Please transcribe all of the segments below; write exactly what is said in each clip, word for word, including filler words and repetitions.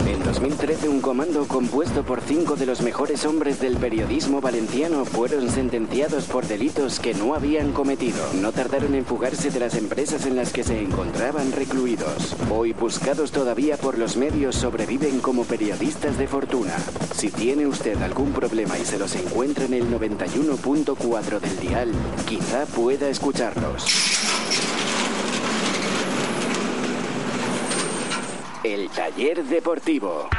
En dos mil trece, un comando compuesto por cinco de los mejores hombres del periodismo valenciano fueron sentenciados por delitos que no habían cometido. No tardaron en fugarse de las empresas en las que se encontraban recluidos. Hoy, buscados todavía por los medios, sobreviven como periodistas de fortuna. Si tiene usted algún problema y se los encuentra en el noventa y uno punto cuatro del dial, quizá pueda escucharlos. El Taller Deportivo.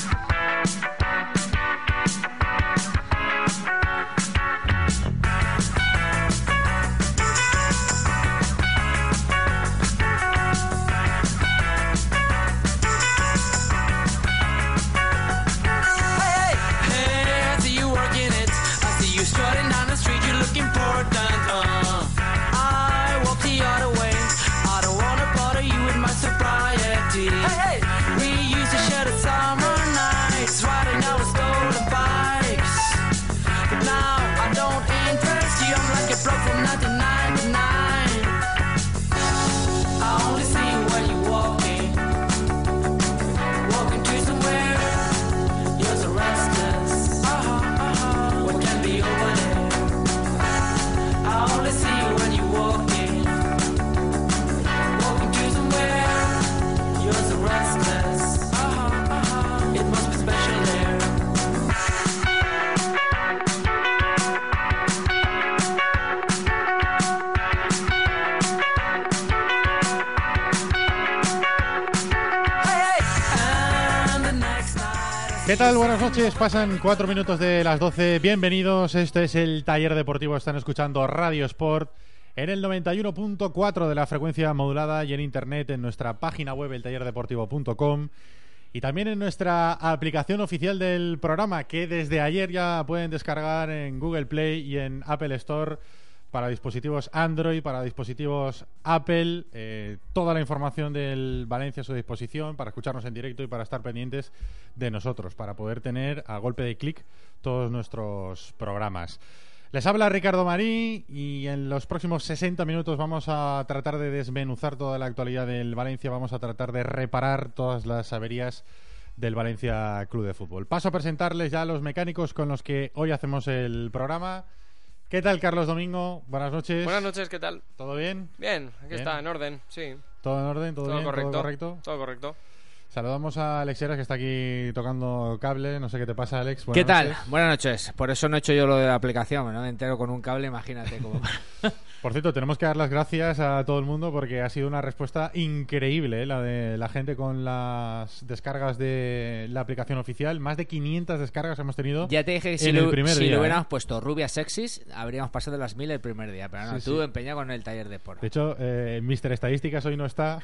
¿Qué tal? Buenas noches, pasan cuatro minutos de las doce, bienvenidos, este es el Taller Deportivo, están escuchando Radio Sport en el noventa y uno punto cuatro de la frecuencia modulada y en internet en nuestra página web el taller deportivo punto com y también en nuestra aplicación oficial del programa que desde ayer ya pueden descargar en Google Play y en Apple Store para dispositivos Android, para dispositivos Apple, eh, toda la información del Valencia a su disposición para escucharnos en directo y para estar pendientes de nosotros, para poder tener a golpe de clic todos nuestros programas. Les habla Ricardo Marí y en los próximos sesenta minutos vamos a tratar de desmenuzar toda la actualidad del Valencia, vamos a tratar de reparar todas las averías del Valencia Club de Fútbol. Paso a presentarles ya a los mecánicos con los que hoy hacemos el programa. ¿Qué tal, Carlos Domingo? Buenas noches. Buenas noches, ¿qué tal? ¿Todo bien? Bien, aquí bien. Está, en orden, sí. ¿Todo en orden? ¿Todo, todo bien? Correcto. ¿Todo correcto? Todo correcto. Saludamos a Alex Heras, que está aquí tocando cable. No sé qué te pasa, Alex. Buenas ¿Qué tal? Noches. Buenas noches. Por eso no he hecho yo lo de la aplicación, no me entero con un cable, imagínate cómo. Por cierto, tenemos que dar las gracias a todo el mundo porque ha sido una respuesta increíble, ¿eh? La de la gente con las descargas de la aplicación oficial. Más de quinientas descargas hemos tenido. Ya te dije que si, en lo, el primer si día, lo hubiéramos ¿eh? puesto rubias sexys, habríamos pasado de las mil el primer día. Pero no, sí, tú sí. empeñado con el taller de porno. De hecho, eh, míster Estadísticas hoy no está.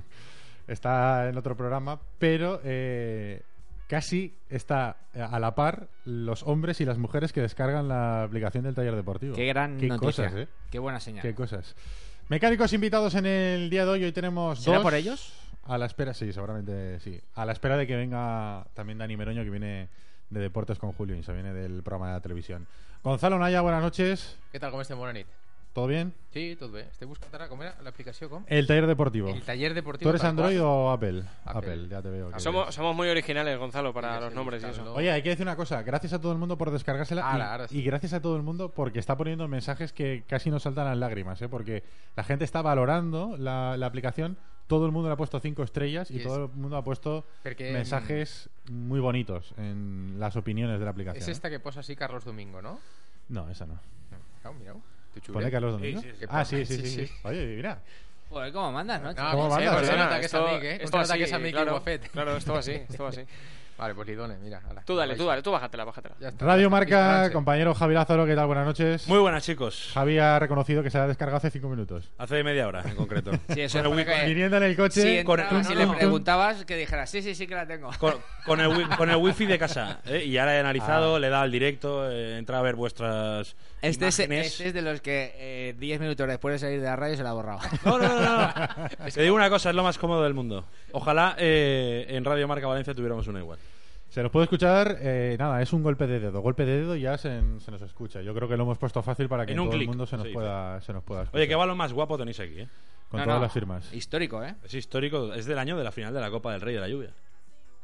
Está en otro programa, pero eh, casi está a la par los hombres y las mujeres que descargan la aplicación del Taller Deportivo. Qué gran Qué noticia. Cosas, ¿eh? Qué buena señal. Qué cosas. Mecánicos invitados en el día de hoy. Hoy tenemos ¿Será dos. por ellos? A la espera, sí, seguramente sí. A la espera de que venga también Dani Meroño, que viene de Deportes con Julio Insa, viene del programa de la televisión. Gonzalo Naya, buenas noches. Què tal, com estem? Bona nit. ¿Todo bien? Sí, tot bé. Estic buscant ara com era l'aplicació, com? El Taller Deportivo. El Taller Deportivo. ¿Tú eres tal Android cual. o Apple? Apple. Apple, ya te veo. que Somos, eres. somos muy originales, Gonzalo, para Sí, los sí, nombres y buscarlo. eso. Oye, hay que decir una cosa. Gracias a todo el mundo por descargársela. Ahora, y, ahora sí. y gracias a todo el mundo porque está poniendo mensajes que casi nos saltan las lágrimas, ¿eh? Porque la gente está valorando la, la aplicación. Todo el mundo le ha puesto cinco estrellas y Yes. todo el mundo ha puesto Perquè, mensajes muy bonitos en las opiniones de la aplicación. És esta que posa així Carlos Domingo, no? No, esa no. Mireu, mireu. Tu xulet. ¿Pone Carlos Domingo? Sí, sí, sí. Ah, sí sí, sí, Sí, sí, sí. Oye, mira. Joder, ¿cómo mandas, no? No, ¿Cómo no sé, mandas, però eh? se nota que és Esto- amic, eh? esto Se nota así, que és amic claro, i ho ha fet. Claro, esto así, esto así. Vale, pues li done, mira. Ala. Tú dale, tú dale, tú bájatela, bájatela. Ya está. Radio Marca, Dispararse. compañero Javi Lázaro, ¿qué tal? Buenas noches. Muy buenas, chicos. Javi ha reconocido que se la ha descargado hace cinco minutos. Hace media hora, en concreto. Sí, eso Con es el porque que- Viniendo en el coche. Si, con- entraba, no, si no, le no. preguntabas, que dijera, sí, sí, sí que la tengo. Con, con el, wi- con el wifi de casa. ¿eh? Y ahora he analizado, Ah. le he dado al directo, eh, he entrado a ver vuestras Este es, imágenes. este es de los que eh, diez minutos después de salir de la radio se la ha borrado. No, no, no, no. Te digo una cosa, es lo más cómodo del mundo. Ojalá eh, en Radio Marca Valencia tuviéramos una igual. Se nos puede escuchar, eh, nada, es un golpe de dedo. Golpe de dedo y ya se, se nos escucha. Yo creo que lo hemos puesto fácil para que En en un todo el clic, mundo se nos, se pueda, se nos pueda escuchar. Oye, qué balón más guapo tenéis aquí, ¿eh? Con No, todas no. las firmas. Histórico, ¿eh? Es histórico, es del año de la final de la Copa del Rey de la Lluvia.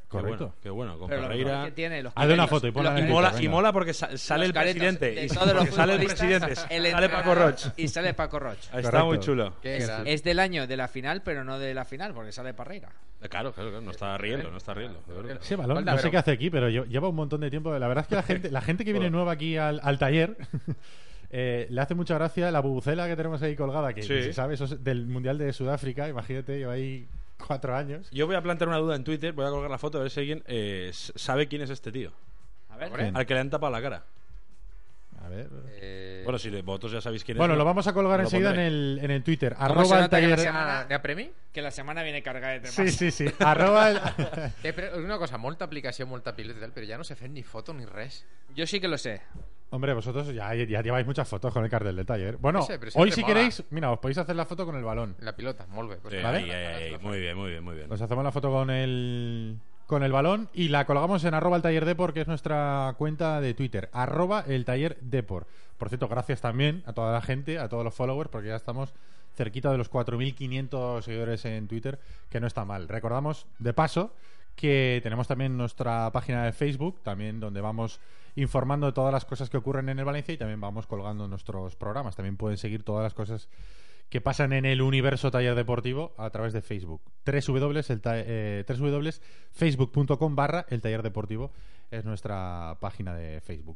Correcto. Qué bueno, qué bueno. Con Pero lo mejor Ferreira. que tiene los Haz de una caretos- foto y ponla los en Y el mola, Twitter, y venga. mola porque sa- sale el los caretos presidente. de Y todos los sale el futbolistas, presidente. el Sale Paco entrenador Roch. y sale Paco Roch. Está Correcto. muy chulo. Qué Es, gran. es del año de la final, pero no de la final, porque sale Parreira. Claro, claro, claro, no está riendo, no está riendo. de verdad. Ese balón, Falta, no sé pero- qué hace aquí, pero yo- lleva un montón de tiempo. La verdad es que la gente, la gente que viene nueva aquí al, al taller eh, le hace mucha gracia la bubucela que tenemos ahí colgada, que Sí. si sabes, eso es del Mundial de Sudáfrica, imagínate, lleva ahí cuatro años. Yo voy a plantear una duda en Twitter, voy a colgar la foto a ver si alguien eh, s- sabe quién es este tío. A ver. ¿Quién? Al que le han tapado la cara. A ver. Eh, Bueno, si le- vosotros ya sabéis quién es. Bueno, ¿no? lo vamos a colgar Lo enseguida en pondré. el, en el Twitter. ¿Cómo se Arroba el nota que la taller. semana- ¿De a premi? Que la semana viene cargada de temas. Sí, sí, sí. Arroba el... Eh, però és una cosa, molta aplicació, molta pilota i tal, però ja no se fent ni foto ni res. Yo sí que lo sé. Hombre, vosotros ya, ya lleváis muchas fotos con el cartel del taller. Bueno, No sé, pero hoy siempre si mola. queréis, mira, os podéis hacer la foto con el balón. La pilota, molt bé. Pues Sí, ¿Vale? ahí, ahí, ahí. Muy bien, muy bien, muy bien. Nos hacemos la foto con el con el balón y la colgamos en arroba el taller depor, que es nuestra cuenta de Twitter. Arroba el taller depor. Por cierto, gracias también a toda la gente, a todos los followers, porque ya estamos cerquita de los cuatro mil quinientos seguidores en Twitter, que no está mal. Recordamos, de paso, que tenemos también nuestra página de Facebook, también donde vamos informando de todas las cosas que ocurren en el Valencia y también vamos colgando nuestros programas. También pueden seguir todas las cosas que pasan en el universo taller deportivo a través de Facebook. www.facebook.com barra el taller deportivo es nuestra página de Facebook.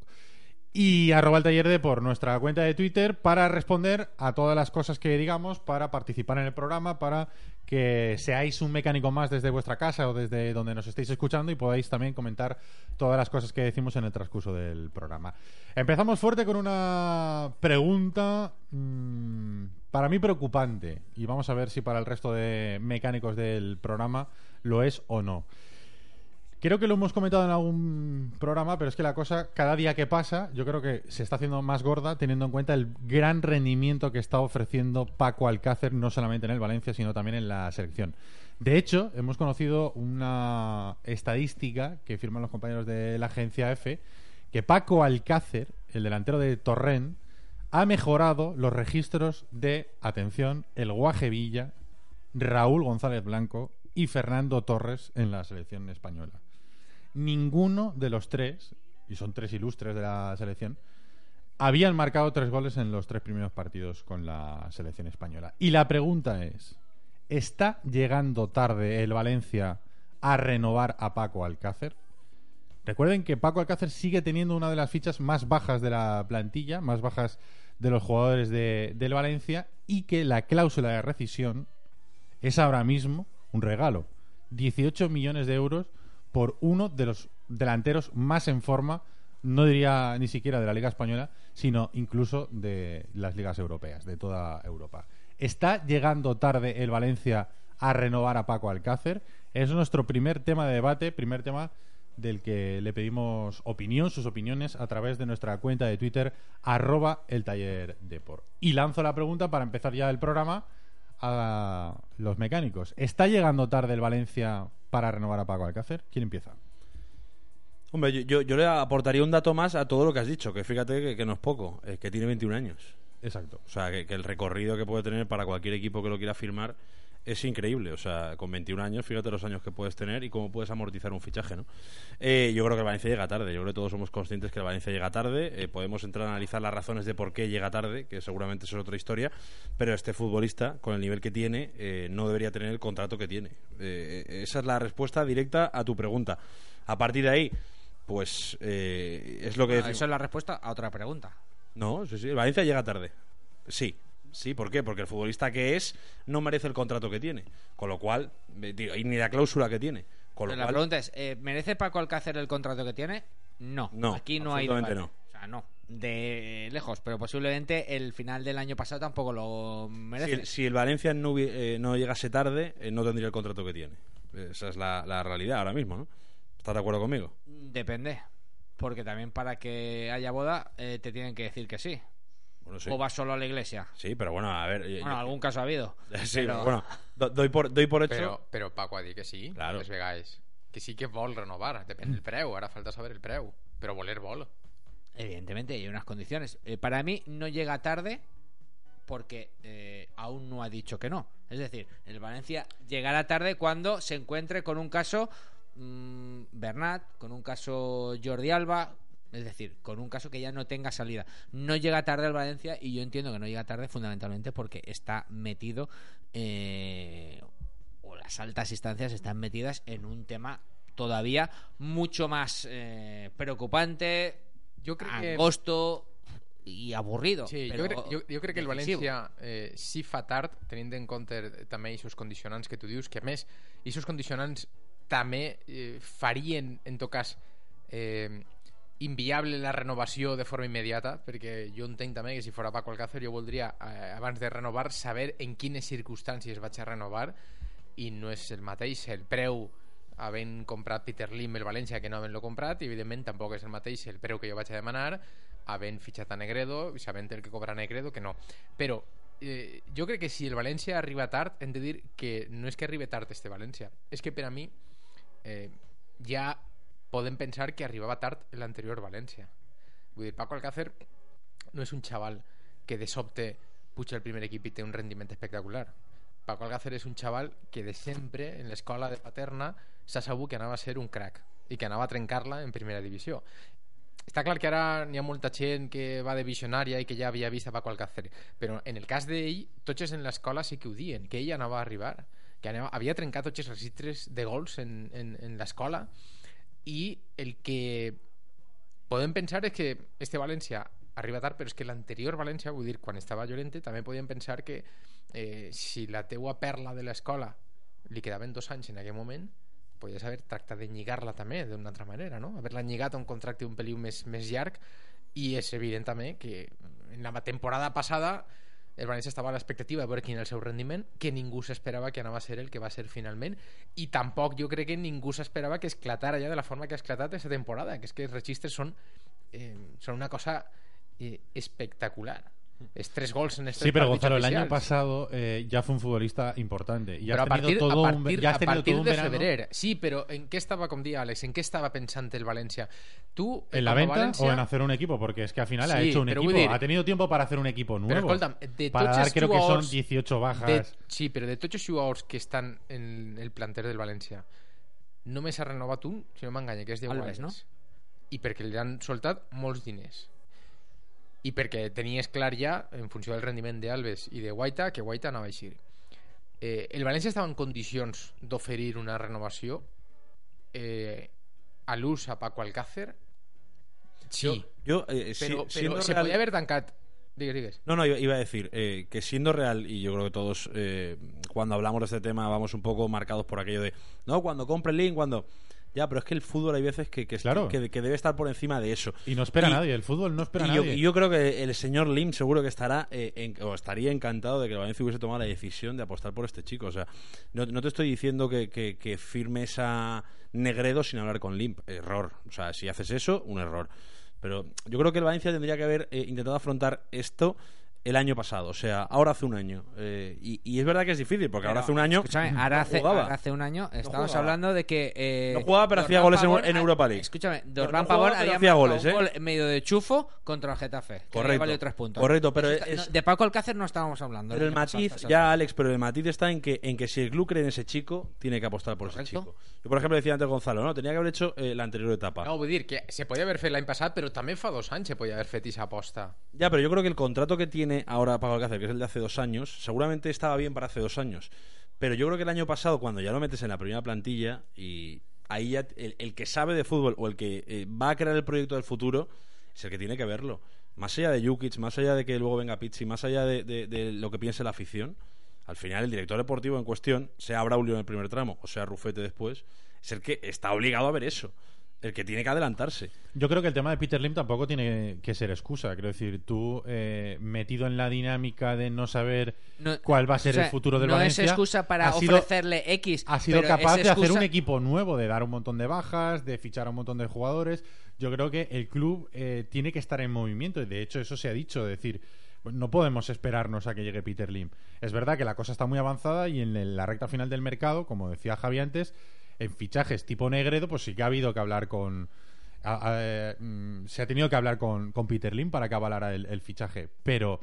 Y arroba el taller de por nuestra cuenta de Twitter para responder a todas las cosas que digamos, para participar en el programa, para que seáis un mecánico más desde vuestra casa o desde donde nos estéis escuchando y podáis también comentar todas las cosas que decimos en el transcurso del programa. Empezamos fuerte con una pregunta mmm, para mí preocupante y vamos a ver si para el resto de mecánicos del programa lo es o no. Creo que lo hemos comentado en algún programa, pero es que la cosa, cada día que pasa, yo creo que se está haciendo más gorda, teniendo en cuenta el gran rendimiento que está ofreciendo Paco Alcácer, no solamente en el Valencia, sino también en la selección. De hecho, hemos conocido una estadística que firman los compañeros de la agencia F, que Paco Alcácer, el delantero de Torrent, ha mejorado los registros de, atención, el Guaje Villa, Raúl González Blanco y Fernando Torres en la selección española. Ninguno de los tres, y son tres ilustres de la selección, habían marcado tres goles en los tres primeros partidos con la selección española. Y la pregunta es, ¿está llegando tarde el Valencia a renovar a Paco Alcácer? Recuerden que Paco Alcácer sigue teniendo una de las fichas más bajas de la plantilla, más bajas de los jugadores de, del Valencia, y que la cláusula de rescisión es ahora mismo un regalo. dieciocho millones de euros por uno de los delanteros más en forma, no diría ni siquiera de la Liga Española, sino incluso de las ligas europeas, de toda Europa. ¿Está llegando tarde el Valencia a renovar a Paco Alcácer? Es nuestro primer tema de debate, primer tema del que le pedimos opinión, sus opiniones, a través de nuestra cuenta de Twitter, arroba el taller depor. Y lanzo la pregunta para empezar ya el programa a los mecánicos. ¿Está llegando tarde el Valencia para renovar a Paco Alcácer? ¿Quién empieza? Hombre, yo, yo, yo le aportaría un dato más a todo lo que has dicho, que fíjate que, que no es poco, es que tiene veintiún años. Exacto. O sea, que, que el recorrido que puede tener para cualquier equipo que lo quiera firmar es increíble. O sea, con veintiún años, fíjate los años que puedes tener y cómo puedes amortizar un fichaje, ¿no? Eh, yo creo que el Valencia llega tarde. Yo creo que todos somos conscientes que el Valencia llega tarde. Eh, podemos entrar a analizar las razones de por qué llega tarde, que seguramente eso es otra historia. Pero este futbolista, con el nivel que tiene, eh, no debería tener el contrato que tiene. Eh, esa es la respuesta directa a tu pregunta. A partir de ahí, pues eh, es lo que... Ah, eso es la respuesta a otra pregunta. No, sí, sí. El Valencia llega tarde. Sí. Sí, ¿por qué? Porque el futbolista que es no merece el contrato que tiene. Con lo cual, digo, y ni la cláusula que tiene. Con lo Pero la cual, pregunta es, ¿eh, ¿merece Paco Alcácer el contrato que tiene? No. No, Aquí no hay absolutamente debate. no. O sea, no. De lejos, pero posiblemente el final del año pasado tampoco lo si, merece. el, si el Valencia no, hubi- eh, no llegase tarde, eh, no tendría el contrato que tiene. Esa es la, la realidad ahora mismo, ¿no? ¿Estás de acuerdo conmigo? Depende. Porque también para que haya boda eh, te tienen que decir que sí. Bueno, sí. O vas solo a la iglesia. Sí, pero bueno, a ver... yo- Bueno, yo- algún caso ha habido. Sí, pero- pero bueno, do- doy por, doy por hecho... Però, però Paco ha dit que sí, Claro. les vegades. Que sí que vol renovar, depèn del preu, ara falta saber el preu, però voler vol. Evidentemente, hay unas condiciones. Eh, para mí no llega tarde porque eh, aún no ha dicho que no. Es decir, el Valencia llegará tarde cuando se encuentre con un caso mmm, Bernat, con un caso Jordi Alba, es decir, con un caso que ya no tenga salida. No llega tarde el Valencia, y yo entiendo que no llega tarde fundamentalmente porque está metido eh, o las altas instancias están metidas en un tema todavía mucho más eh, preocupante, Yo crec que... angosto i avorrido. Sí, però jo, crec, jo, jo crec que el decisiu. València eh, sí fa tard, tenint en compte també aquests condicionants que tu dius, que a més, aquests condicionants també eh, farien, en tot cas, eh, inviable la renovació de forma immediata, perquè jo entenc també que si fora Paco Alcácer jo voldria, eh, abans de renovar, saber en quines circumstàncies vaig a renovar, i no és el mateix el preu havent comprat Peter Lim el València que no havent-lo comprat, i evidentment tampoc és el mateix el preu que jo vaig a demanar havent fitxat a Negredo i sabent el que cobra Negredo que no. Però eh, jo crec que si el València arriba tard, hem de dir que no és que arribi tard este València, és que per a mi eh, ja podem pensar que arribava tard l'anterior València. Vull dir, Paco Alcácer no és un xaval que de sobte puja al primer equip i té un rendiment espectacular. Paco Alcácer és un xaval que de sempre en l'escola de Paterna s'ha sabut que anava a ser un crack i que anava a trencar-la en primera divisió. Està clar que ara n'hi ha molta gent que va de visionària i que ja havia vist a Paco Alcácer, però en el cas d'ell, tots en l'escola sí que ho dien, que ell anava a arribar, que anava, havia trencat tots els registres de gols en, en, en l'escola, i el que podem pensar és que este València arriba tard, però és que l'anterior València, vull dir, quan estava Llorente, també podíem pensar que eh, si la teua perla de l'escola li quedaven dos anys en aquell moment, podies haver tractat de lligar-la també d'una altra manera, no? Haver-la lligat a un contracte un peliu més, més llarg, i és evident també que en la temporada passada el València estava a l'expectativa de veure quin era el seu rendiment, que ningú s'esperava que anava a ser el que va ser finalment, i tampoc jo crec que ningú s'esperava que esclatara ja de la forma que ha esclatat aquesta temporada, que és que els registres són, eh, són una cosa eh, espectacular. Es tres gols en estos Sí, pero partidos Gonzalo, el año oficiales. pasado eh, ya fue un futbolista importante. Y Pero has a partir, tenido todo a un, partir, ya has a tenido partir todo un de verano febrer. Sí, pero ¿en qué estaba, com dia Àlex, en qué estaba pensante el Valencia? Tú, eh, ¿En la como venta Valencia, o en hacer un equipo? Porque es que al final ha Sí, hecho un pero equipo. vull dir- Ha tenido tiempo para hacer un equipo Però nuevo. escolta'm, de para tots dar, els creo que son jugadors dieciocho bajas. de, sí, però de tots els jugadors que estan en el planter del València només ha renovat un, si no m'enganya, que és Diego Alves, Alves, i perquè li han soltat molts diners, i perquè tenies clar ja, en funció del rendiment d'Alves i de Guaita, que Guaita anava a eixir. Eh, el València estava en condicions d'oferir una renovació eh, a l'ús a Paco Alcácer? Sí, Yo, eh, si- però, siendo però se real- podia haver tancat. Digues, digues. No, no, iba, iba a decir eh, que siendo real, y yo creo que todos eh, cuando hablamos de este tema vamos un poco marcados por aquello de, no, cuando compre el link, cuando... Ya, pero es que el fútbol hay veces que, que, Claro. que, que debe estar por encima de eso. Y no espera Y- nadie. El fútbol no espera Y a yo, nadie. y yo creo que el señor Lim seguro que estará eh, en- o estaría encantado de que el Valencia hubiese tomado la decisión de apostar por este chico. O sea, no, no te estoy diciendo que, que, que firmes a Negredo sin hablar con Lim. Error. O sea, si haces eso, un error. Pero yo creo que el Valencia tendría que haber eh, intentado afrontar esto el año pasado, o sea, ahora hace un año. Eh, y, y es verdad que es difícil, porque ahora Pero, hace un año escúchame, ahora, no hace, jugaba. ahora hace un año estamos jugaba. hablando de que eh, No jugaba, pero hacía Dorlan goles en- Pavón en ha- Europa League. Escúchame, Pero Dorlan no jugaba, Pavón pero había hacía marcado goles, un ¿eh? gol en medio de chufo contra el Getafe, que Correcto, valió tres puntos. correcto, pero Eso está- es- no, de Paco Alcácer no estábamos hablando. Pero el año pasado, matiz, exacto. ya Alex, pero el matiz está en que, en que si el club cree en ese chico, tiene que apostar por Correcto. ese chico. Yo, por ejemplo, decía antes Gonzalo, ¿no? Tenía que haber hecho eh, la anterior etapa. No, vull dir que se podia haver fet l'any passat, però també fa dos anys se podia haver fet aquesta aposta. Ya, pero yo creo que el contrato que tiene ahora Paco Alcácer, que es el de hace dos años, seguramente estaba bien para hace dos años. Pero yo creo que el año pasado, cuando ya lo metes en la primera plantilla, y ahí ya el, el que sabe de fútbol o el que eh, va a crear el proyecto del futuro es el que tiene que verlo. Más allá de Jukic, más allá de que luego venga Pizzi, más allá de, de, de lo que piense la afición, al final el director deportivo en cuestión, sea Braulio en el primer tramo o sea Rufete después, es el que está obligado a ver eso, el que tiene que adelantarse. Yo creo que el tema de Peter Lim tampoco tiene que ser excusa. Quiero decir, tú eh, metido en la dinámica de no saber No- cuál va a ser o sea, el futuro del no Valencia, es excusa para ha sido- ofrecerle X. ha sido pero capaz es de hacer excusa- un equipo nuevo, de dar un montón de bajas, de fichar a un montón de jugadores. Yo creo que el club eh, tiene que estar en movimiento, y de hecho eso se ha dicho, es decir, no podemos esperarnos a que llegue Peter Lim. Es verdad que la cosa está muy avanzada y en el- la recta final del mercado, como decía Javi antes, en fichajes tipo Negredo, pues sí que ha habido que hablar con... a- a- mm, se ha tenido que hablar con, con Peter Lim para que avalara el, el fichaje, pero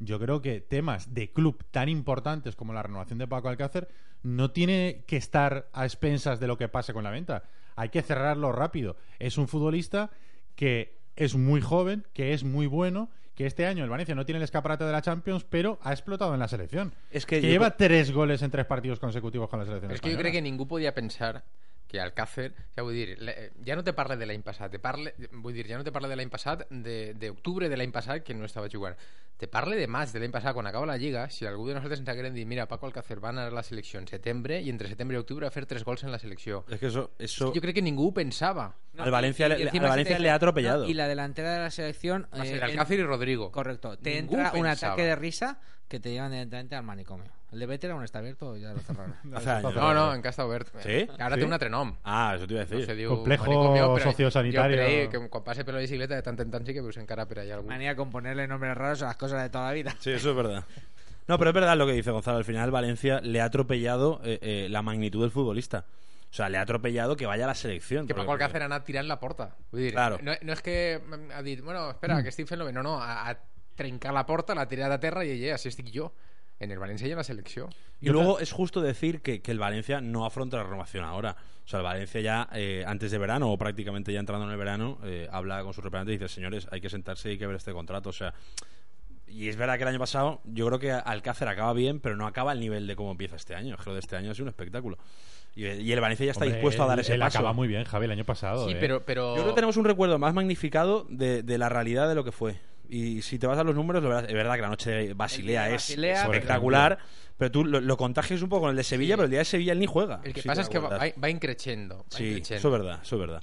yo creo que temas de club tan importantes como la renovación de Paco Alcácer no tiene que estar a expensas de lo que pase con la venta. Hay que cerrarlo rápido. Es un futbolista que es muy joven, que es muy bueno, que este año el Valencia no tiene el escaparate de la Champions, pero ha explotado en la selección. Es que que yo- lleva tres goles en tres partidos consecutivos con la selección Però és que jo española. crec que ningú podia pensar que Alcácer, ja vull dir, le- ja no te parle de l'any passat, te parle, vull dir, ja no te parle de l'any passat, de- d'octubre de l'any passat, que no estava jugant. Te parle de maig de l'any passat, quan acaba la Lliga, si algú de nosaltres ens hagueren dit, mira, Paco Alcácer va anar a la selecció en setembre i entre setembre i octubre va fer tres gols en la selecció. Es que eso, eso Jo crec que ningú ho pensava. No, al Valencia, y- y le, encima al se Valencia te- le ha atropellado. no, y la delantera de la selección. Va ser eh, Alcácer i Rodrigo. Correcto. Te Ningú entra un pensaba. ataque de risa que te llevan directamente al manicomio. El de Better aún está abierto, ya lo cerraron. Hace años. No, no, encara està obert. Sí? Ara Sí? té un altre nom. Ah, eso te iba a No decir. se diu Complejo manicomio, però sociosanitario. Jo crec que quan passe per la bicicleta de tant en tant sí que veus encara per allà algú. Manía con ponerle nombres raros a las cosas de toda la vida. Sí, eso es verdad. No, pero es verdad lo que dice Gonzalo. Al final Valencia le ha atropellado eh, eh, la magnitud del futbolista. O sea, le ha atropellado que vaya a la selección. Que porque- Paco Alcácer ha anat tirant la porta. Vull dir, Claro. no, no és que ha dit, bueno, espera, que estic fent-lo bé. No, no, ha, ha trencat la porta, l'ha tirat a terra i ella, així estic jo. En el Valencia y en la selección. Y luego es justo decir que, que el Valencia no afronta la renovación ahora. O sea, el Valencia ya eh, antes de verano, o prácticamente ya entrando en el verano, eh, habla con sus representantes y dice, señores, hay que sentarse y hay que ver este contrato. O sea, y es verdad que el año pasado yo creo que Alcácer acaba bien, pero no acaba al nivel de cómo empieza este año. Es que lo de este año ha sido un espectáculo. Y, y el Valencia ya está Hombre, dispuesto a dar él- ese él paso. acaba muy bien, Javi, el año pasado. Sí, eh. pero, pero... Yo creo que tenemos un recuerdo más magnificado de, de la realidad de lo que fue. Y si te vas a los números, lo verás- es verdad que la noche de Basilea El de es Basilea, espectacular, pero tú lo, lo contagias un poco con el de Sevilla, Sí. pero el día de Sevilla él ni juega. El que si pasa te es que va, acuerdas. va, va increixendo. Va Sí, increixendo. eso es verdad, eso es verdad.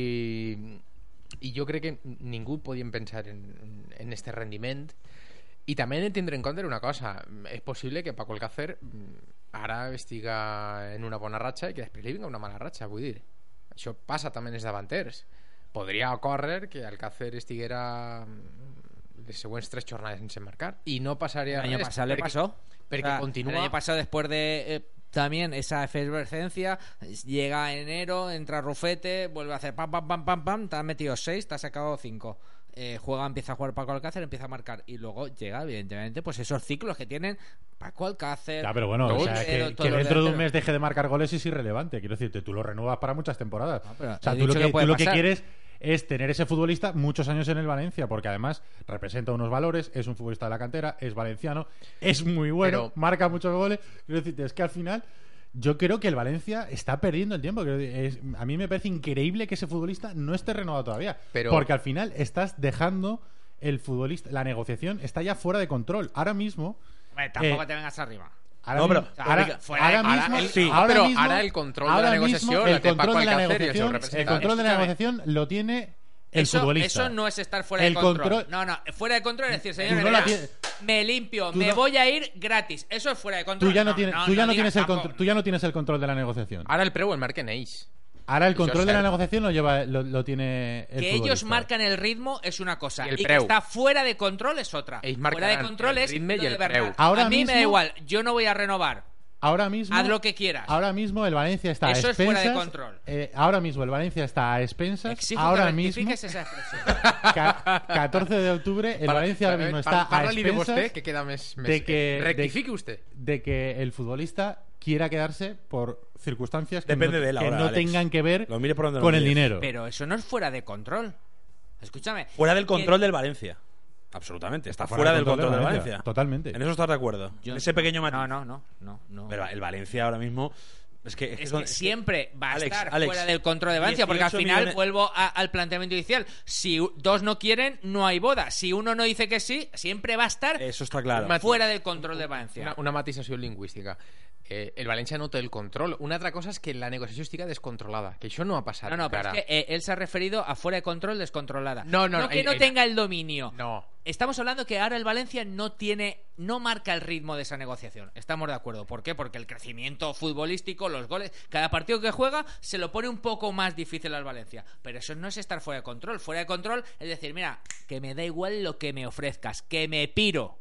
I, i jo crec que ningú podíem pensar en, en este rendiment. I també hem de tindre en compte una cosa. És possible que Paco Alcácer mm, ara estiga en una bona ratxa i que després li vinga una mala ratxa, vull dir. Això passa també en els davanters. Podria ocórrer que Alcácer estiguera mm, les següents tres jornades sense marcar i no passaria El año res, pasado le perquè- pasó. perquè O sea, continua... El año pasado, después de eh, también esa efervescencia, llega enero, entra Rufete, vuelve a hacer pam, pam, pam, pam, pam, te has metido seis, te has sacado cinco. Eh, juega, empieza a jugar Paco Alcácer, empieza a marcar y luego llega, evidentemente, pues esos ciclos que tienen Paco Alcácer. Ya, pero bueno, o sea, Todos, que, todos que los dentro de un delanteros. mes deje de marcar goles es irrelevante. Quiero decirte, tú lo renuevas para muchas temporadas. No, pero o sea, he tú lo, dicho que, que puede tú lo que pasar. quieres es tener ese futbolista muchos años en el Valencia, porque además representa unos valores, es un futbolista de la cantera, es valenciano, es muy bueno, Pero- marca muchos goles. Quiero decirte, es que al final yo creo que el Valencia está perdiendo el tiempo. Quiero decir, es- a mí me parece increíble que ese futbolista no esté renovado todavía, Pero- porque al final estás dejando el futbolista, la negociación está ya fuera de control. Ahora mismo... Hombre, tampoco eh, te vengas arriba. Ahora No, pero- mismo- pero ahora, que fuera ahora de- mismo, ahora el- sí, ah, ahora pero mismo- ahora el control de ahora la mismo negociación el la té control Paco de la Alcácer y sus negociación, el representantes. control de la Escúchame. negociación lo tiene el eso, futbolista. eso no es estar fuera El de control. control- No, no, fuera de control es decir, Tú señores, no la verá, tienes- me limpio, tú me no- voy a ir gratis. Eso es fuera de control. Tú ya no, tienes, tú ya no, tienes digas el tampoco. control, tú ya no tienes el control de la negociación. Ara el preu el marquen ells. Ahora el Eso control es de la cierto. negociación lo lleva lo, lo tiene el Que ellos futbolista. marcan el ritmo es una cosa Y y, el que preu. está fuera de control es otra. Ells Fuera de marcaran control el es ritme lo y de el Bernat. preu. Ahora a mí me mismo- da igual, yo no voy a renovar. Ahora mismo Haz lo que quieras. Ahora mismo el Valencia está Eso a es fuera de expensas. control. eh, ahora mismo el Valencia está a expensas. Exijo ahora que mismo, rectifiques esa expresión. ca- catorce de octubre, el Valencia ahora mismo está a Parla-li de expensas vostè, que queda més... més de que- rectifique usted. de que el futbolista quiera quedarse por circunstancias que Depende no, de él que ahora, no Alex. tengan que ver Lo mire por donde lo con el mires. dinero. Pero eso no es fuera de control. Escúchame. Fuera del que- control del Valencia. Absolutamente, está, fuera, del control, del Valencia. Totalmente. En eso estás de acuerdo. Yo- Ese pequeño matiz. No, no, no, no, no. Pero el Valencia ahora mismo es que, Es con- que siempre va a Alex, estar Alex, fuera del control de Valencia, porque al dieciocho final millones- vuelvo a- al planteamiento inicial. Si u- dos no quieren, no hay boda. Si uno no dice que sí, siempre va a estar Eso está claro. Matiz. fuera del control de Valencia. Una, una matisació lingüística. Eh, el València no té el control. Una altra cosa és que la negociació estiga descontrolada, que això no ha passat No, no, pero encara. es que eh, él se ha referido a fuera de control descontrolada. No, no, no, que el- no el- tenga el dominio. No. Estamos hablando que ahora el Valencia no tiene, no marca el ritmo de esa negociación. Estamos de acuerdo. ¿Por qué? Porque el crecimiento futbolístico, los goles, cada partido que juega se lo pone un poco más difícil al Valencia. Pero eso no es estar fuera de control. Fuera de control es decir, mira, que me da igual lo que me ofrezcas, que me piro.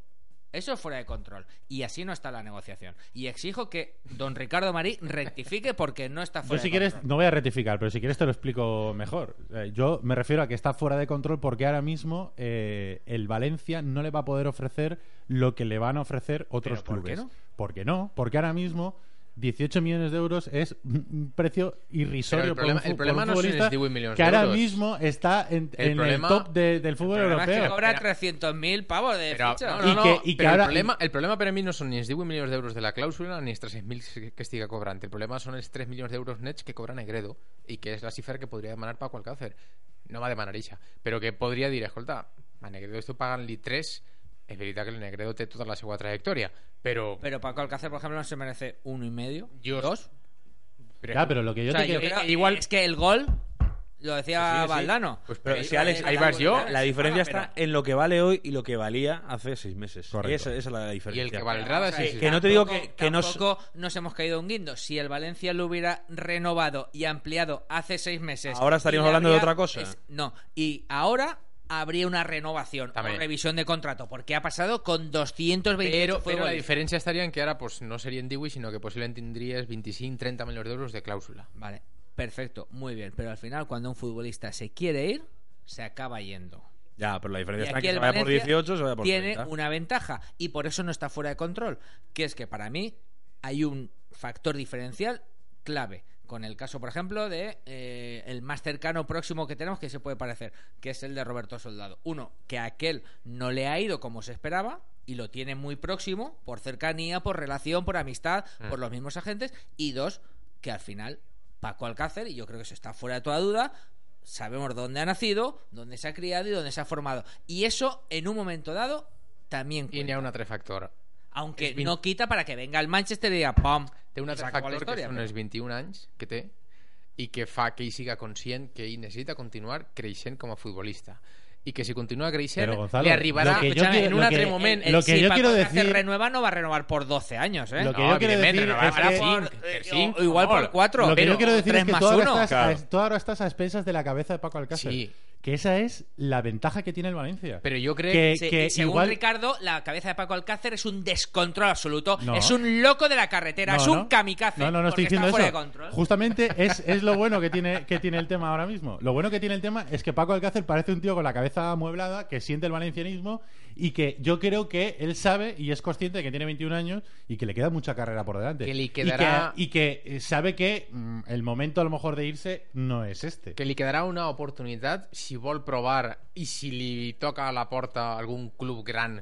Eso es fuera de control. Y así no está la negociación. Y exijo que don Ricardo Marí rectifique porque no está fuera Yo si de quieres, control. no voy a rectificar, pero si quieres te lo explico mejor. Eh, yo me refiero a que está fuera de control porque ahora mismo eh, el Valencia no le va a poder ofrecer lo que le van a ofrecer otros ¿Pero por qué clubes. no? ¿Por qué no? Porque ahora mismo dieciocho millones de euros es un precio irrisorio Pero el por un, problema- el fu- problema por un no son futbolista diecinueve millones que de ahora euros. mismo está en, El en problema- el top de- del fútbol El problema es que europeo. cobra Pero- trescientos mil pavos de Però, ficha. no, no, I no, que- i que però ara- el, problema, el problema per a mi no són ni els divuit milions d'euros de la clàusula ni els tres-cents mil que estiga cobrant. El problema són els tres milions d'euros nets que cobra Negredo i que és la xifra que podria demanar Paco Alcácer. No va demanar ixa, però que podria dir, escolta, a Negredo estic pagant-li tres. És veritat que el Negredo té tota la seva trajectòria, però... Pero Paco Alcácer, por ejemplo, no se merece uno y medio, Yo- dos. però Ya, pero lo que yo O sea, te yo quiero... creo- eh, igual- es que el gol lo decía Sí, sí. Valdano. Pues, Pero ahí- si Alex, ahí vas yo. La diferencia Pero- está en lo que vale hoy y lo que valía hace seis meses. Correcto. Esa, esa es la diferencia. Y el que valdrá de Vamos a ver, sí, sí. Que no te digo tampoco- que- que no s- tampoco nos hemos caído un guindo. Si el Valencia lo hubiera renovado y ampliado hace seis meses, Ahora estaríamos y le hablando de habría- otra cosa. es- no, y ahora habría una renovación También. o revisión de contrato, porque ha pasado con doscientos veinte Però, però la diferència estaria en que ara pues, no serien divuit, sinó que posiblement tindries vint-i-cinc trenta milions d'euros de clàusula. Vale, perfecto, muy bien. Pero al final, cuando un futbolista se quiere ir, se acaba yendo. Ya, pero la Y diferencia está en aquí que el se vaya por Valencia dieciocho, se vaya por tiene treinta. una ventaja y por eso no está fuera de control, que es que para mí hay un factor diferencial clave con el caso, por ejemplo, de eh, el más cercano próximo que tenemos que se puede parecer, que es el de Roberto Soldado. Uno, que a aquel no le ha ido como se esperaba y lo tiene muy próximo por cercanía, por relación, por amistad, Mm. por los mismos agentes. Y dos, que al final Paco Alcácer, y yo creo que eso está fuera de toda duda, sabemos dónde ha nacido, dónde se ha criado y dónde se ha formado. Y eso, en un momento dado, también I n'hi cuenta. ha un altre factor. Aunque és vint- no quita para que venga el Manchester y diga ¡pam! Té un I altre s'acaba la factor que història, són però- els vint-i-un anys que té i que fa que ell siga conscient que ell necessita continuar creixent com a futbolista i que si continua creixent Pero, Gonzalo, li arribarà lo que yo escúchame, quiero- en un lo altre que- moment lo que si yo Paco quiero Alcácer decir- renueva, no va a renovar por doce años, ¿eh? Lo que No, yo quiero evidentment, decir renovarà es per que... cinc, per Eh, cinc, o igual por molt. cuatro. Lo que pero yo quiero decir tres es que más tú ahora, uno. estás, Claro. a- tú ahora estás a expensas de la cabeza de Paco Alcácer. Sí. Que esa es la ventaja que tiene el Valencia. però jo crec que, Sí, que y según igual... Ricardo, la cabeza de Paco Alcácer es un descontrol absoluto. No. Es un loco de la carretera. No, es un no. kamikaze. No, no, no estoy porque diciendo está fuera eso. de control. Justamente es, es lo bueno que tiene, que tiene el tema ahora mismo. Lo bueno que tiene el tema es que Paco Alcácer parece un tío con la cabeza amueblada, que siente el valencianismo y que yo creo que él sabe y es consciente de que tiene veintiún años y que le queda mucha carrera por delante. Que le Y quedará- que- Y que, eh, sabe que mm, el momento a lo mejor de irse no es este. que li quedarà una oportunitat si vol provar i si li toca a la porta algun club gran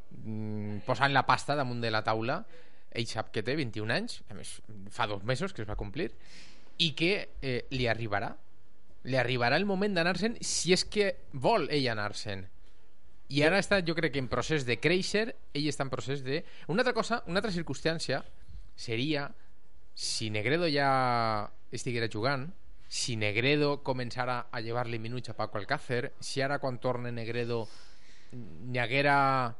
mm, posant la pasta damunt de la taula. Ell sap que té vint-i-un anys, a més fa dos mesos que es va complir, i que eh, li arribarà li arribarà el moment d'anar-se'n si és que vol ell anar-se'n. I ara està, jo crec que en procés de créixer, ell està en procés de... Una altra cosa, una altra circumstància seria si Negredo ja estiguera jugant, si Negredo començara a llevar-li minuts a Paco Alcácer, si ara quan torne Negredo n'hi haguera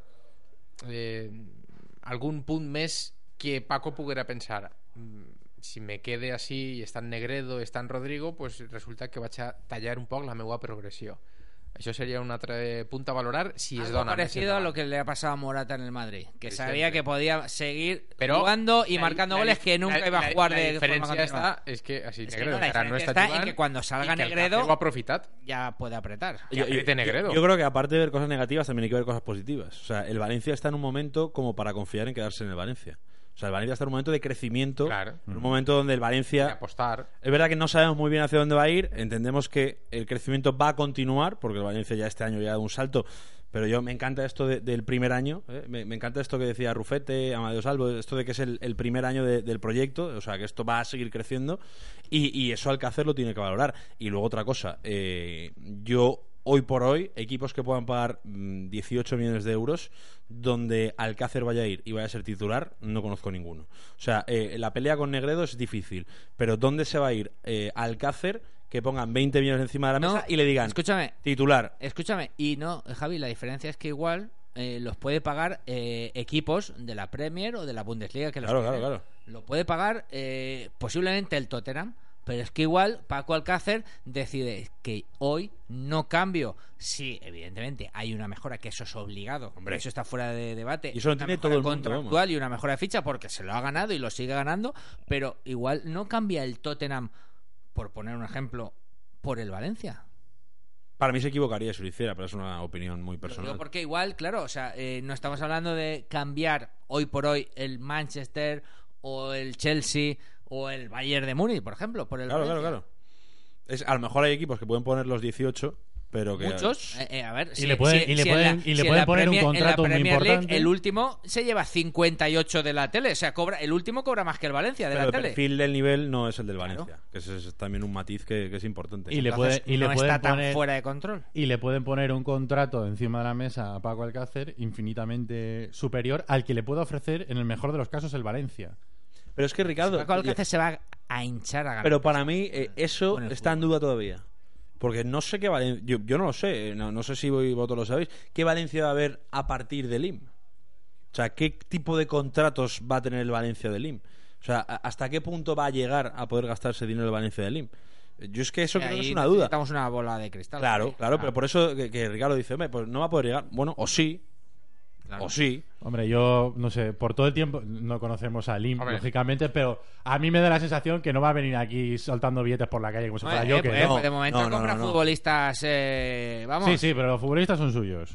eh, algun punt més que Paco poguera pensar "Mm, si me quede así i està en Negredo, està en Rodrigo, pues resulta que vaig a tallar un poc la meva progressió. Això seria un altre punt a valorar si es Algo dona més parecido a endavant. lo que le ha pasado a Morata en el Madrid, que Por sabía ejemplo. que podía seguir Pero jugando y la- marcando la goles dif- que nunca la- iba a la- jugar la de forma diferència continua. està és que així Es que Negredo no, la encara no diferencia està está en jugant que cuando i salga que el Negredo- Alcácer ho ha aprofitat. Ya puede apretar. Que apriete Negredo. Yo, yo creo que aparte de ver cosas negativas también hay que ver cosas positivas. O sea, el Valencia está en un momento como para confiar en quedarse en el Valencia. O sea, el Valencia está en un momento de crecimiento, Claro. en un momento donde el Y Valencia... apostar. Es verdad que no sabemos muy bien hacia dónde va a ir, entendemos que el crecimiento va a continuar, porque el Valencia ya este año ya ha dado un salto, pero yo me encanta esto de- del primer año, ¿eh? me, me encanta esto que decía Rufete, Amadeo Salvo, esto de que es el, el primer año de- del proyecto, o sea, que esto va a seguir creciendo, y, y eso Alcácer lo tiene que valorar. Y luego otra cosa, eh, yo... Hoy por hoy, equipos que puedan pagar mm, dieciocho millones de euros, donde Alcácer vaya a ir y vaya a ser titular, no conozco ninguno. O sea, eh, la pelea con Negredo es difícil, pero ¿dónde se va a ir eh, Alcácer que pongan veinte millones encima de la No, mesa y le digan escúchame, titular? escúchame. Y no, Javi, la diferencia es que igual eh, los puede pagar eh, equipos de la Premier o de la Bundesliga que los Claro, tienen. claro, claro. Lo puede pagar eh, posiblemente el Tottenham, Pero es que igual Paco Alcácer decide que hoy no cambio. Sí, evidentemente hay una mejora, que eso es obligado. Hombre. Eso está fuera de debate. Y eso lo Una tiene mejora todo el mundo, contractual vamos. y una mejora de ficha porque se lo ha ganado y lo sigue ganando. Pero igual no cambia el Tottenham, por poner un ejemplo, por el Valencia. Para mí se equivocaría si lo hiciera, pero es una opinión muy Lo personal. digo porque igual, claro, o sea, eh, no estamos hablando de cambiar hoy por hoy el Manchester o el Chelsea o el Bayern de Múnich, por ejemplo, por el Claro, claro, Valencia. claro. Es, a lo mejor hay equipos que pueden poner los dieciocho, pero que... Muchos, eh, eh, a ver, Y le pueden- y le en pueden- y le en pueden la poner un Premier- contrato en la muy Premier League, importante. el último se lleva cincuenta y ocho de la tele, o sea, cobra el último cobra más que el Valencia de Pero la el tele. perfil del nivel no es el del Valencia, que ese es también un matiz que, que es importante. Y le Entonces, puede- y le no pueden está tan poner- fuera de control. Y le pueden poner un contrato encima de la mesa a Paco Alcácer infinitamente superior al que le puede ofrecer, en el mejor de los casos, el Valencia. Pero es que Ricardo... Paco Alcácer se va a hinchar a ganar. Pero para mí eh, eso Con el está en fútbol. duda todavía. Porque no sé qué Valencia... Yo, yo no lo sé, no, no sé si vosotros lo sabéis. ¿Qué Valencia va a haber a partir del I M? O sea, ¿qué tipo de contratos va a tener el Valencia del I M? O sea, ¿a- ¿hasta qué punto va a llegar a poder gastarse dinero el Valencia del I M? Yo es que eso creo que es una duda. Necesitamos una bola de cristal. Claro, Sí. claro, Ah, pero por eso que, que Ricardo dice, "Hombre, pues no va a poder llegar". Bueno, o sí, claro. o sí. Hombre, yo no sé, por todo el tiempo no conocemos a Lim, Hombre. lógicamente, pero a mí me da la sensación que no va a venir aquí soltando billetes por la calle como si fuera Eh, yo. eh, Que eh, no. pues de momento No, no, compra no, no. futbolistas, eh, vamos. Sí, sí, pero los futbolistas son suyos.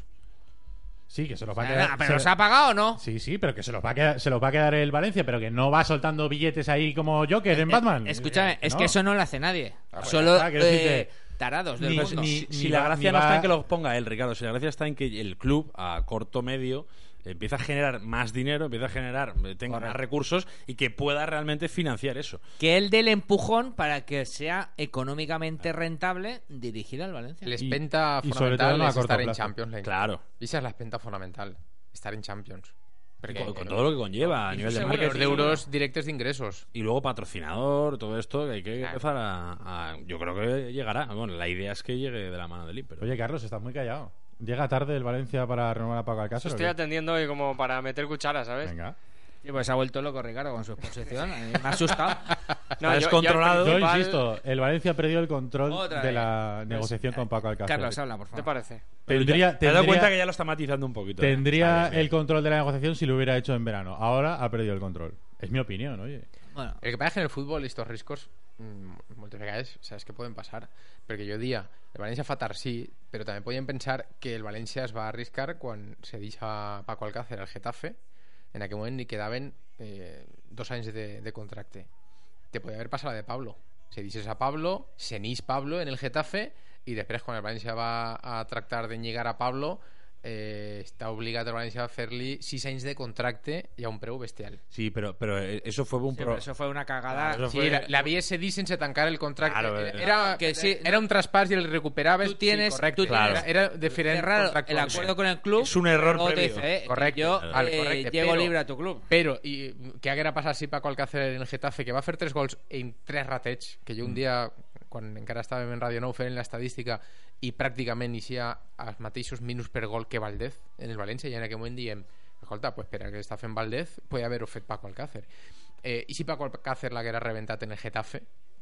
Sí, que se los va a Ah, quedar. ¿Pero se- los ha pagado o no? Sí, sí, pero que se los va a quedar, se los va a quedar el Valencia, pero que no va soltando billetes ahí como Joker en Eh, Batman. Escúchame, Eh, es no. que eso no lo hace nadie. pues Solo ya está, quiero eh, decirte, tarados del ni- mundo. ni- Si, si ni la va- gracia ni no está va- en que lo ponga él, Ricardo, si la gracia está en que el club a corto medio empieza a generar más dinero, empieza a generar, eh, tenga más recursos y que pueda realmente financiar eso. Que él dé el empujón para que sea económicamente rentable dirigir al Valencia. L'espenta y sobre todo fonamental no a és corto estar en plazo. Champions League. Claro. Esa es la espenta fonamental, estar en Champions. Y Perquè, con, con todo lo que conlleva a i nivel de seguro, marketing. d'euros directes d'ingressos. Y luego patrocinador, todo esto, que hay que Claro. empezar a, a- Yo creo que llegará. Bueno, la idea es que llegue de la mano del I M, pero... Oye, Carlos, estás muy callado. ¿Llega tarde el Valencia para renovar a Paco Alcácer? o Estoy qué? atendiendo hoy como para meter cuchara, ¿sabes? Venga. Sí, pues se ha vuelto loco Ricardo con su exposición. A mí me ha asustado. No, Está yo- yo descontrolado. al Yo principal- insisto, el Valencia perdió el control Otra de vez. la negociación con Paco Alcácer. Carlos, habla, por ¿Qué te favor. parece? Tendría, Te has dado tendría- cuenta que ya lo está matizando un poquito. ¿eh? tendría Está bien, el control de la negociación si lo hubiera hecho en verano. Ahora ha perdido el control. Es mi opinión, oye. Bueno, El que passa que en el futbol estos riscos mm, moltes vegades saps que poden passar, perquè jo dia el València fa tard sí, però també podem pensar que el València es va arriscar quan se deixa Paco Alcácer al Getafe. En aquell moment li quedaven eh, dos anys de, de contracte. Te podia haver passat la de Pablo. Se deixes a Pablo, se n'ix Pablo en el Getafe i després quan el València va a tractar de lligar a Pablo eh, està obligat el València a fer-li sis anys de contracte i a un preu bestial. Sí, pero, pero eh, eso fue un sí, pro... pero eso fue una cagada. Claro, eso Sí, fue- la- l'havia cedit sense tancar el contracte. Claro, era, eh. era, Que sí. era un traspàs i el recuperaves. Tú tienes, sí, correcte. tú tienes Claro. Era, era diferent cerrar el contractualment. acuerdo con el club. Es un error luego te previo. dice, eh, Correcte. Yo Vale, eh, correcte, llego però- libre a tu club. Però, i què haguera passat si Paco Alcácer en el Getafe, que va fer tres gols en tres ratets, que jo un dia, quan encara estàvem en Radio Nou fent l'estadística, i pràcticament inicia els mateixos minuts per gol que Valdez en el València, i en aquell moment diem, escolta, pues per a que està fent Valdez podia haver-ho fet Paco Alcácer. Eh, I si Paco Alcácer l'haguera rebentat en el Getafe,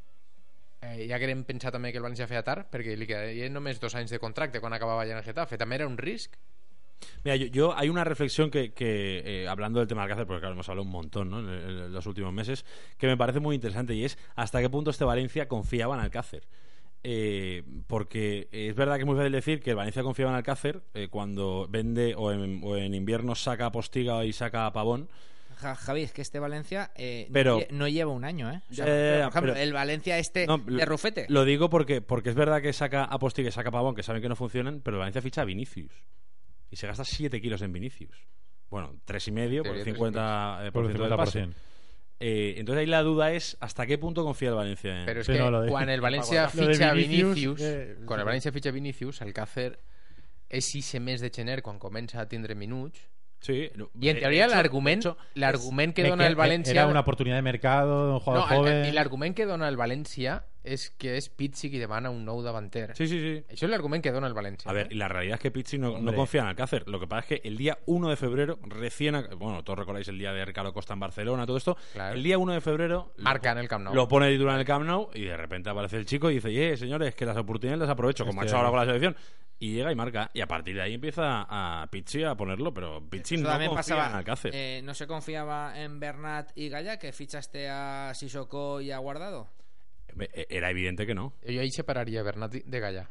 eh, ja haguérem pensat també que el València feia tard, perquè li quedarien només dos anys de contracte quan acabava ja en el Getafe. També era un risc. Mira, yo, yo- hay una reflexión que, que eh, hablando del tema de Alcácer, porque claro, hemos hablado un montón, ¿no? en, en- en los últimos meses, que me parece muy interesante, y es hasta qué punto este Valencia confiaba en Alcácer. Eh, porque es verdad que es muy fácil decir que el Valencia confiaba en Alcácer eh, cuando vende o en, o en invierno saca a Postiga y saca a Pavón. Ja- Javi, es que este Valencia eh, no Pero- lle- no lleva un año, ¿eh? O sea, Ya, ya, ya, por ejemplo, pero- el Valencia este No, de Rufete. Lo digo porque, porque es verdad que saca a Postiga y saca a Pavón, que saben que no funcionan, pero el Valencia ficha a Vinicius y se gasta siete kilos en Vinicius. Bueno, tres y medio por el Debería cincuenta eh, Por por el ciento del cincuenta por pase. ciento. Eh, entonces ahí la duda es hasta qué punto confía el Valencia en... Però és Sí, que no, lo de- quan el València Lo de fitxa a Vinicius, Vinicius, eh, quan el sí. València fitxa a Vinicius, Alcácer és sis mes de gener quan comença a tindre minuts, Sí, no, i en de teoria hecho- l'argument de hecho, l'argument que Me dona que- el València Era una oportunidad de mercado, un no, jugador el- joven. i l'argument que dona el València és que és Pizzi qui demana un nou davanter. Sí, sí, sí. Això és l'argument que dona el València. A ver, y la realidad es que Pizzi no, no confía en Alcácer. Lo que pasa es que el día uno de febrero, recién... a- Bueno, todos recordáis el día de Ricardo Costa en Barcelona, todo esto. Claro. El día uno de febrero... lo Marca po- en el Camp Nou. Lo pone de titular en el Camp Nou y de repente aparece el chico y dice, eh, señores, que las oportunidades las aprovecho, como ha Estoy hecho ahora de con la selección. Y llega y marca. Y a partir de ahí empieza a Pizzi a ponerlo, pero Pizzi Eso no también confía pasaba, en Alcácer. eh, no se confiaba en Bernat y Gaya, que fichaste a Sissoko y a Guardado. Eh, Era evidente que no. Jo ahí separaria Bernat de Gallà.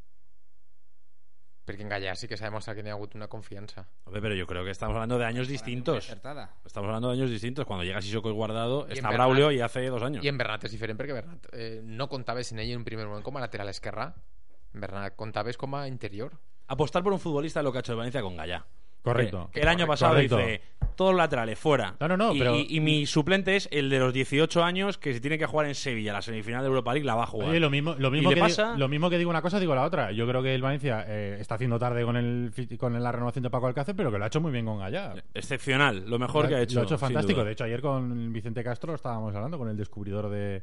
Perquè en Gallà sí que s'ha demostrat que n'hi ha hagut una confiança. Hombre, pero yo creo que estamos hablando de años Muy distintos. acertada. Estamos hablando de años distintos. Cuando llega Sissoko y Guardado, Y en está Bernat- Braulio y hace dos años. I en Bernat és diferent perquè Bernat eh, no comptaves en ell en un primer moment com a lateral esquerrà. En Bernat comptaves com a interior. Apostar por un futbolista es lo que ha hecho el Valencia con Gallá. Correcto. Que, que el año pasado Correcto. dice todos los laterales fuera. No, no, no, y, pero- y, y mi suplente es el de los dieciocho años que si tiene que jugar en Sevilla la semifinal de Europa League la va a jugar. Oye, lo mismo, lo ¿Y mismo, le que pasa? digo, lo mismo que digo una cosa, digo la otra. Yo creo que el Valencia eh, está haciendo tarde con el fi- con la renovación de Paco Alcácer, pero que lo ha hecho muy bien con Gallá. Excepcional, lo mejor Lo que ha hecho. Lo ha hecho sin fantástico. duda. De hecho, ayer con Vicente Castro estábamos hablando con el descubridor de,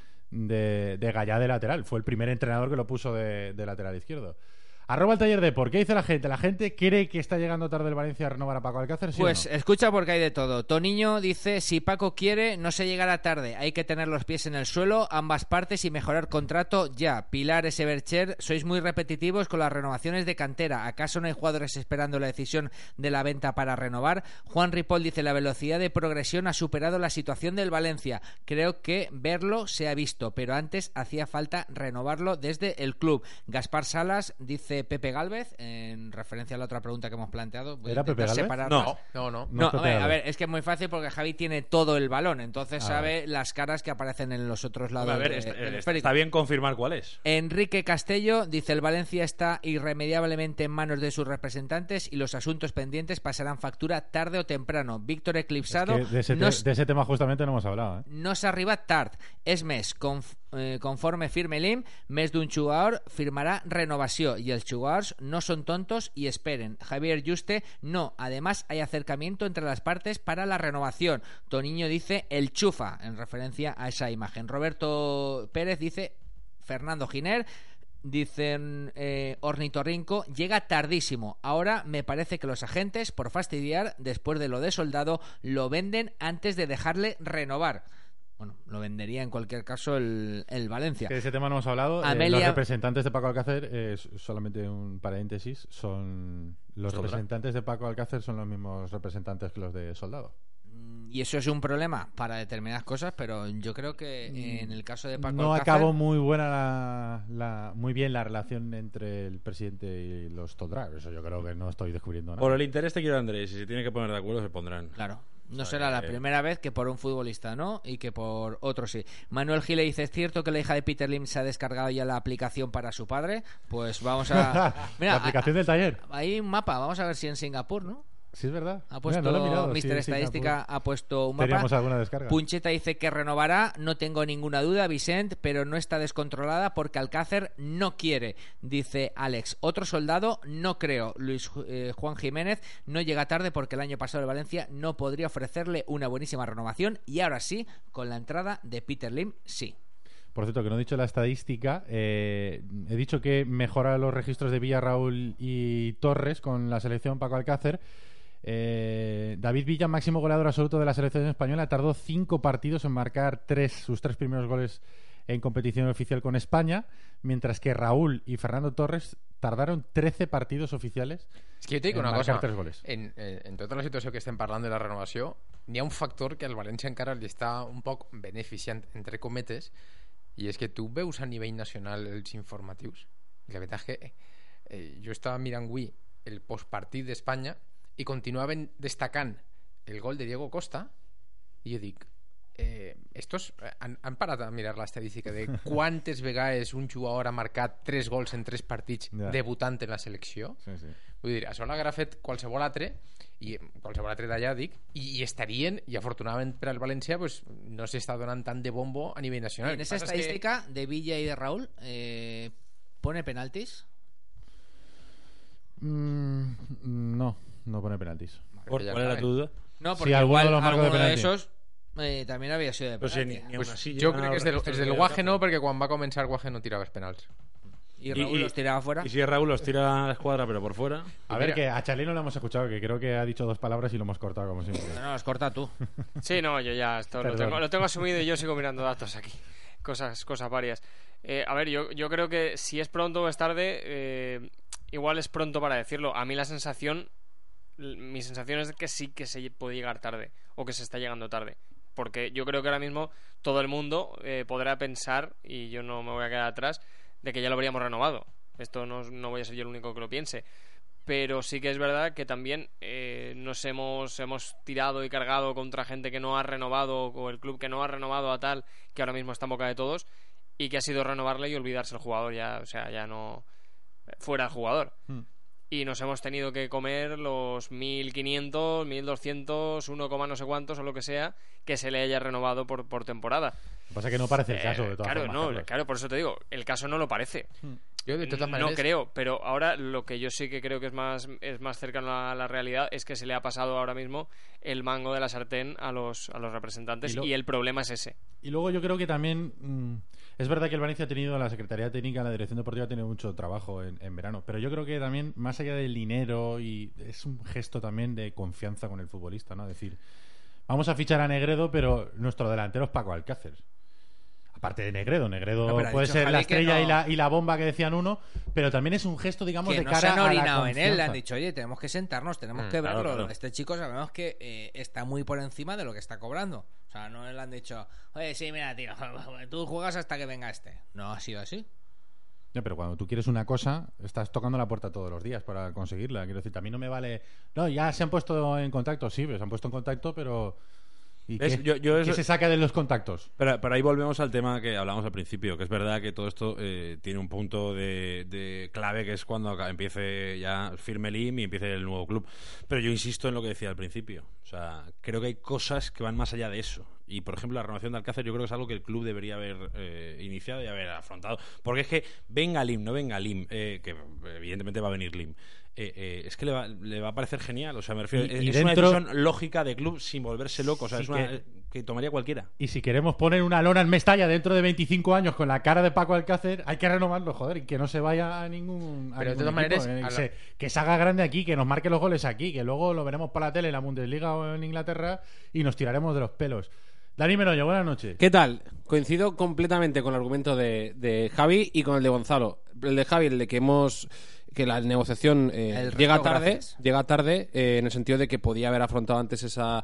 de, de Gallá de lateral. Fue el primer entrenador que lo puso de, de lateral izquierdo. Arroba el taller de por qué dice la gente. ¿La gente cree que está llegando tarde el Valencia a renovar a Paco Alcácer? ¿Sí o Pues no? escucha porque hay de todo. Toniño dice, si Paco quiere, no se llegará tarde. Hay que tener los pies en el suelo, ambas partes y mejorar contrato ya. Pilar Esebercher, sois muy repetitivos con las renovaciones de cantera. ¿Acaso no hay jugadores esperando la decisión de la venta para renovar? Juan Ripoll dice, la velocidad de progresión ha superado la situación del Valencia. Creo que verlo se ha visto, pero antes hacía falta renovarlo desde el club. Gaspar Salas dice Pepe Gálvez, en referencia a la otra pregunta que hemos planteado. Voy a ¿Era Pepe intentar Gálvez? separarlas. No, no, no. No, No, Pepe hombre, a Gálvez. ver, es que es muy fácil porque Javi tiene todo el balón, entonces Ah, sabe las caras que aparecen en los otros lados. Hombre, a ver, de- está, del está- esférico. está bien confirmar cuál es. Enrique Castello dice, el Valencia está irremediablemente en manos de sus representantes y los asuntos pendientes pasarán factura tarde o temprano. Víctor Eclipsado Es que de, ese te- nos, de ese tema justamente no hemos hablado. ¿eh? nos arriba tard. És més, conf, eh, conforme firme l'I M, més d'un jugador firmará renovación y els jugadors no son tontos y esperen. Javier Juste, no. Además, hay acercamiento entre las partes para la renovación. Toniño dice el chufa, en referencia a esa imagen. Roberto Pérez dice Fernando Giner. Dicen eh, Ornitorrinco, llega tardísimo. Ahora me parece que los agentes, por fastidiar, después de lo de Soldado, lo venden antes de dejarle renovar. Bueno, lo vendería en cualquier caso el, el Valencia. Que de ese tema no hemos hablado. Eh, Amelia- los representantes de Paco Alcácer, eh, s- solamente un paréntesis, son los ¿Soldado? representantes de Paco Alcácer son los mismos representantes que los de Soldado. Y eso es un problema para determinadas cosas, pero yo creo que en el caso de Paco No Alcácer, acabó muy buena la, la- muy bien la relación entre el presidente y los Toldrar. Eso yo creo que no estoy descubriendo nada. Por el interés te quiero Andrés, y si se tiene que poner de acuerdo se pondrán. Claro. No O sea, será la que- primera vez que por un futbolista no y que por otro sí. Manuel Gile dice, ¿es cierto que la hija de Peter Lim se ha descargado ya la aplicación para su padre? Pues vamos a... Mira, la aplicación del taller. a- hay un mapa, vamos a ver si en Singapur, ¿no? Sí, es verdad. Ha Mira, puesto no lo he mirado. Sí, mister en Estadística, Singapur ha puesto un mapa. teníamos alguna descarga. Puncheta dice que renovará, no tengo ninguna duda, Vicent, pero no está descontrolada porque Alcácer no quiere, dice Alex. Otro soldado, no creo. Luis eh, Juan Jiménez no llega tarde porque el año pasado el Valencia no podría ofrecerle una buenísima renovación y ahora sí, con la entrada de Peter Lim, sí. Por cierto, que no he dicho la estadística. eh, he dicho que mejora los registros de Villarraúl y Torres con la selección Paco Alcácer. Eh, David Villa, máximo goleador absoluto de la selección española, tardó cinco partidos en marcar tres, sus tres primeros goles en competición oficial con España, mientras que Raúl y Fernando Torres tardaron trece partidos oficiales És que jo et dic en una marcar cosa, tres goles. en, en, en tota la situació que estem parlant de la renovació, n'hi ha un factor que al València encara li està un poc beneficiant, entre cometes, i és que tu veus a nivell nacional els informatius, i la veritat és que eh, jo estava mirant avui el postpartit d'Espanya i continuaven destacant el gol de Diego Costa i jo dic eh, estos han, han parat a mirar l'estadística de quantes vegades un jugador ha marcat tres gols en tres partits Ja. debutant en la selecció. Sí, sí. Vull dir, això l'haguera fet qualsevol altre i qualsevol altre d'allà dic i, i estarien, i afortunadament per al València pues, no s'està donant tant de bombo a nivell nacional. En esa El que passa és que- estadística de Villa y de Raúl, eh, ¿pone penaltis? Mm, no, no pone penaltis. ¿Por- ya ¿Cuál era sabe. tu duda? No, Sí, porque alguno igual lo marcó de alguno de penalti. esos eh, también había sido de Però si penalti. ni, ni Pues aún así jo llegan crec al que és del, registro és de del Rafa. Guaje no, perquè quan va començar Guaje no tirava els penals. Y Raúl Y- los tiraba fuera. Y si es Raúl, los tira a la escuadra, pero por fuera. A ver, que a Charly no lo hemos escuchado, que creo que ha dicho dos palabras y lo hemos cortado, como siempre. No, los corta tú. Sí, no, yo ya esto lo Perdón. tengo, lo tengo asumido y yo sigo mirando datos aquí. Cosas, cosas varias. Eh, a ver, yo, yo creo que si es pronto o es tarde, eh, igual es pronto para decirlo. A mí la sensación, l- mi sensación es que sí que se puede llegar tarde o que se está llegando tarde. Porque yo creo que ahora mismo todo el mundo eh, podrá pensar, y yo no me voy a quedar atrás, de que ya lo habríamos renovado. Esto no, no voy a ser yo el único que lo piense. Pero sí que es verdad que también eh, nos hemos, hemos tirado y cargado contra gente que no ha renovado, o el club que no ha renovado a tal, que ahora mismo está en boca de todos, y que ha sido renovarle y olvidarse el jugador, ya, o sea, ya no fuera el jugador. Hmm. Y nos hemos tenido que comer los mil quinientos, mil doscientos, uno, no sé cuántos o lo que sea que se le haya renovado por, por temporada. Lo que pasa es que no parece el caso, Eh, de todas claro, formas. no, Carlos. claro, por eso te digo, el caso no lo parece. Jo, de totes No maneres... creo, pero ahora lo que yo sí que creo que es más, es más cercano a la realidad es que se le ha pasado ahora mismo el mango de la sartén a los, a los representantes, Y lo- y el problema es ese. Y luego yo creo que también mm, es verdad que el Valencia ha tenido, la Secretaría Técnica, la Dirección Deportiva ha tenido mucho trabajo en, en verano, pero yo creo que también, más allá del dinero, y es un gesto también de confianza con el futbolista, ¿no? Es decir, vamos a fichar a Negredo, pero nuestro delantero es Paco Alcácer. Aparte de Negredo, Negredo No, pero ha puede dicho ser la Javi que estrella no. y, la, y la bomba que decían uno, pero también es un gesto, digamos, Que de no cara se han a la orinado en él, le confianza. han dicho, oye, tenemos que sentarnos, tenemos Mm, que claro, verlo. claro. Este chico sabemos que eh, está muy por encima de lo que está cobrando. O sea, no le han dicho, oye, sí, mira, tío, tú juegas hasta que venga este. No ha sido así. No, pero cuando tú quieres una cosa, estás tocando la puerta todos los días para conseguirla. Quiero decir, a mí no me vale... No, ya se han puesto en contacto, sí, pero se han puesto en contacto, pero... ¿Y ¿Ves? qué, Yo- yo ¿Qué eso- se saca de los contactos? Pero, pero ahí volvemos al tema que hablamos al principio, que es verdad que todo esto eh, tiene un punto de, de clave, que es cuando acá empiece ya firme el I M y empiece el nuevo club. Pero yo insisto en lo que decía al principio. O sea, creo que hay cosas que van más allá de eso. Y, por ejemplo, la renovación de Alcácer yo creo que es algo que el club debería haber eh, iniciado y haber afrontado. Porque es que venga Lim, no venga Lim, eh, que evidentemente va a venir Lim. Eh, eh, es que le va, le va a parecer genial. O sea, me refiero, Y- es, y es dentro- una decisión lógica de club sin volverse loco. O sea, Sí es una que- eh, que tomaría cualquiera. Y si queremos poner una lona en Mestalla dentro de veinticinco años con la cara de Paco Alcácer, hay que renovarlo, joder, y que no se vaya a ningún, a Pero de ningún todas equipo, maneras, eh, a que, la- se, que se haga grande aquí, que nos marque los goles aquí, que luego lo veremos por la tele en la Bundesliga o en Inglaterra y nos tiraremos de los pelos. Dani Menoyo, buenas noches. ¿Qué tal? Coincido completamente con el argumento de, de Javi y con el de Gonzalo. El de Javi, el de que hemos que la negociación eh, El resto, llega tarde, gracias. llega tarde eh, en el sentido de que podía haber afrontado antes esa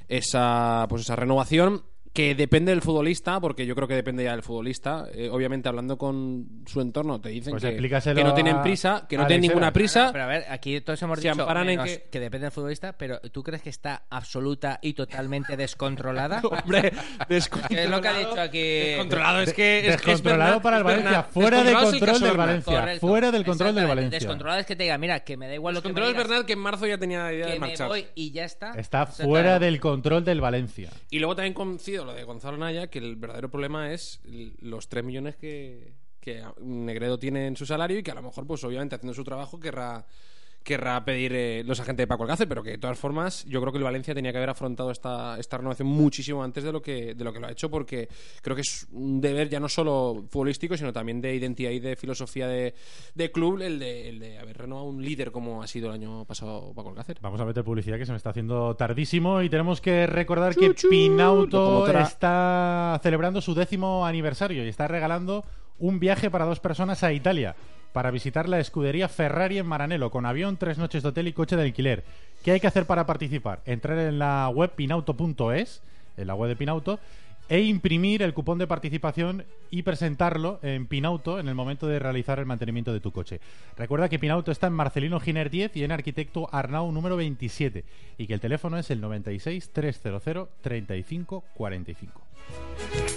esa pues esa renovación, que depende del futbolista, porque yo creo que depende ya del futbolista. Eh, obviamente, hablando con su entorno, te dicen Pues que, explícaselo que no tienen a- prisa, que no a tienen Alex ninguna Heras. prisa. Pero a ver, aquí todos hemos Se dicho amparan en menos que- que... depende del futbolista, pero ¿tú crees que está absoluta y totalmente descontrolada? Hombre, descontrolado. ¿Qué es lo que ha dicho aquí? Descontrolado, es que es, que es Descontrolado Bernat, para el es Valencia, Bernat. fuera de Descontrolado es el control caso del Bernat. Valencia, Correcto. fuera del control del Exactamente. Valencia. Descontrolado es que te diga, mira, que me da igual lo que me Descontrolado es digas, Bernat, que en marzo ya tenía la idea de que me marchar. voy y ya está. Está O sea, fuera claro. del control del Valencia. Y luego también coincido lo de Gonzalo Naya, que el verdadero problema es l- los tres millones que, que Negredo tiene en su salario y que a lo mejor, pues obviamente haciendo su trabajo, querrá, querrá pedir eh, los agentes de Paco Alcácer, pero que de todas formas yo creo que el Valencia tenía que haber afrontado esta, esta renovación muchísimo antes de lo que de lo que lo ha hecho, porque creo que es un deber ya no solo futbolístico, sino también de identidad y de filosofía de, de club, el de, el de haber renovado un líder como ha sido el año pasado Paco Alcácer. Vamos a meter publicidad, que se me está haciendo tardísimo, y tenemos que recordar Chu, que chu, Pinauto locomotora. está celebrando su décimo aniversario y está regalando un viaje para dos personas a Italia para visitar la escudería Ferrari en Maranello, con avión, tres noches de hotel y coche de alquiler. ¿Qué hay que hacer para participar? Entrar en la web pinauto punto es, en la web de Pinauto, e imprimir el cupón de participación y presentarlo en Pinauto en el momento de realizar el mantenimiento de tu coche. Recuerda que Pinauto está en Marcelino Giner diez y en Arquitecto Arnau número veintisiete, y que el teléfono es el noventa y seis, trescientos treinta y cinco cuarenta y cinco.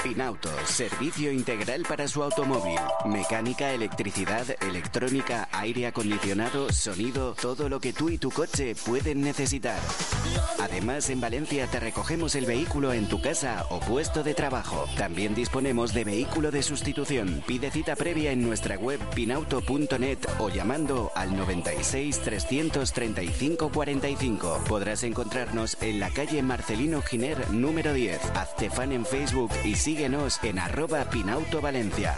Pinauto, servicio integral para su automóvil. Mecánica, electricidad, electrónica, aire acondicionado, sonido, todo lo que tú y tu coche pueden necesitar. Además, en Valencia te recogemos el vehículo en tu casa o puesto de trabajo. También disponemos de vehículo de sustitución. Pide cita previa en nuestra web pinauto punto net o llamando al noventa y seis, trescientos treinta y cinco, cuarenta y cinco. Podrás encontrarnos en la calle Marcelino Giner número diez. Hazte fan en Facebook y síguenos en arroba Pinauto Valencia.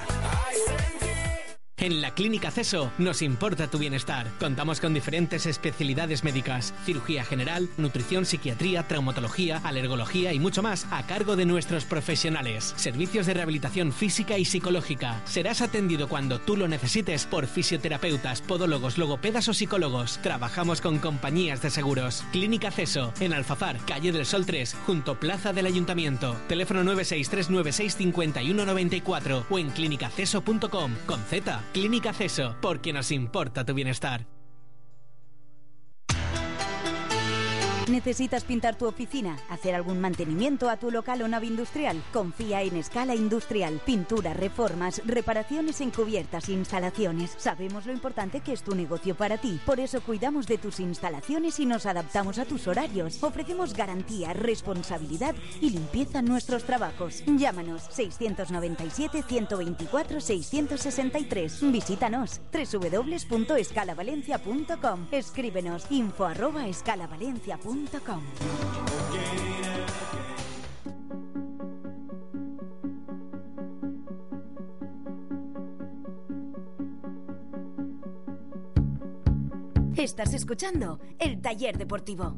En la Clínica CESO nos importa tu bienestar. Contamos con diferentes especialidades médicas, cirugía general, nutrición, psiquiatría, traumatología, alergología y mucho más a cargo de nuestros profesionales. Servicios de rehabilitación física y psicológica. Serás atendido cuando tú lo necesites por fisioterapeutas, podólogos, logopedas o psicólogos. Trabajamos con compañías de seguros. Clínica CESO, en Alfafar, calle del Sol tres, junto Plaza del Ayuntamiento. Teléfono nueve seis tres nueve seis cinco uno nueve cuatro o en clínica ceso punto com con Z. Clínica CESO, porque nos importa tu bienestar. ¿Necesitas pintar tu oficina? ¿Hacer algún mantenimiento a tu local o nave industrial? Confía en Escala Industrial. Pintura, reformas, reparaciones en cubiertas e instalaciones. Sabemos lo importante que es tu negocio para ti. Por eso cuidamos de tus instalaciones y nos adaptamos a tus horarios. Ofrecemos garantía, responsabilidad y limpieza en nuestros trabajos. Llámanos seiscientos noventa y siete, ciento veinticuatro, seiscientos sesenta y tres. Visítanos doble u doble u doble u punto escala valencia punto com. Escríbenos info arroba escala valencia punto com. Estás escuchando El Taller Deportivo.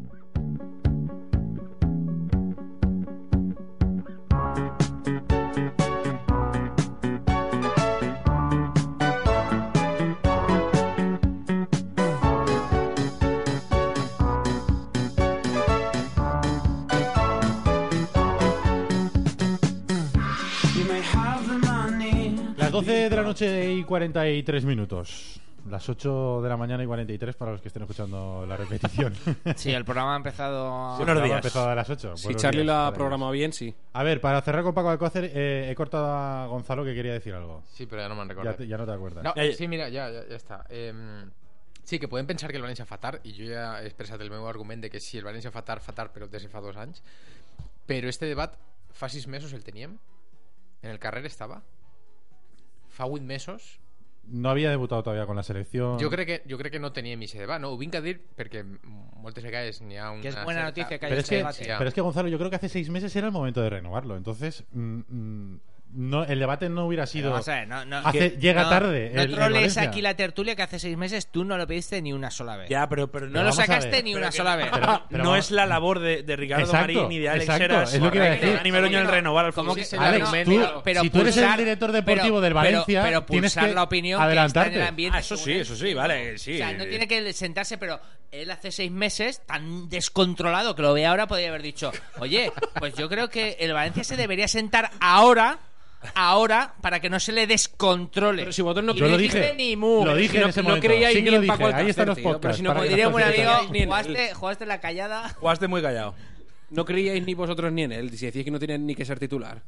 doce de la noche y cuarenta y tres minutos. Las ocho de la mañana y cuarenta y tres para los que estén escuchando la repetición. Sí, el programa ha empezado... Sí, el programa ha empezado a las ocho. Si Charlie lo ha programado bien, sí. A ver, para cerrar con Paco Alcácer, eh, he cortado a Gonzalo que quería decir algo. Sí, pero ya no me han recordado. Ya, ya no te acuerdas. No, eh, sí, mira, ya, ya, ya está. Eh, sí, que pueden pensar que el València fa tard, i jo ja he expressat el meu argument de que sí, el València fa tard, fa tard, però des de fa dos anys. Però este debat fa sis mesos el teníem. En el carrer estava. Fa vuit mesos. No havia debutat todavía con la selección. Jo crec que, jo crec que no teníem aquest debat, no? Ho vinc a dir perquè moltes vegades n'hi ha una... Que és buena certa... noticia que haya pero, este es que, debate. pero es que, Gonzalo, yo creo que hace seis meses era el momento de renovarlo. Entonces, mm, mm, no, el debate no hubiera sido... Vamos a ver, no, no, hace, que, llega no, tarde. No el, troles el aquí la tertulia que hace seis meses tú no lo pediste ni una sola vez. Ya, pero, pero no, no lo vamos a sacaste ver. ni Pero una que- sola vez. Pero- pero no vamos- es la labor de, de Ricardo Exacto, Marín ni de Alex exacto, Heras. es lo que iba a Correcto, decir. a nivel año el renovar al ¿Cómo fútbol. que se Alex, argumento? tú, Pero si tú eres pulsar- el director deportivo pero- del Valencia, pero, pero tienes pulsar que la opinión adelantarte. que está en el ambiente. Ah, eso sí, eso sí, vale, sí. O sea, no tiene que sentarse, pero él hace seis meses, tan descontrolado que lo ve ahora, podría haber dicho, oye, pues yo creo que el Valencia se debería sentar ahora, ahora, para que no se le descontrole. Pero si vosotros no Y Yo lo creéis- dije. dijiste ni mu. Lo dije no, en ese no momento. creíais Sí que ni lo en dije. Paco Ahí están Alcácer, los tío, podcasts. pero si no para Como que diría los un escuchéis. amigo, ni en él. jugaste, jugaste la callada. Jugaste muy callado. No creíais ni vosotros ni en él. Si decíais que no tiene ni que ser titular.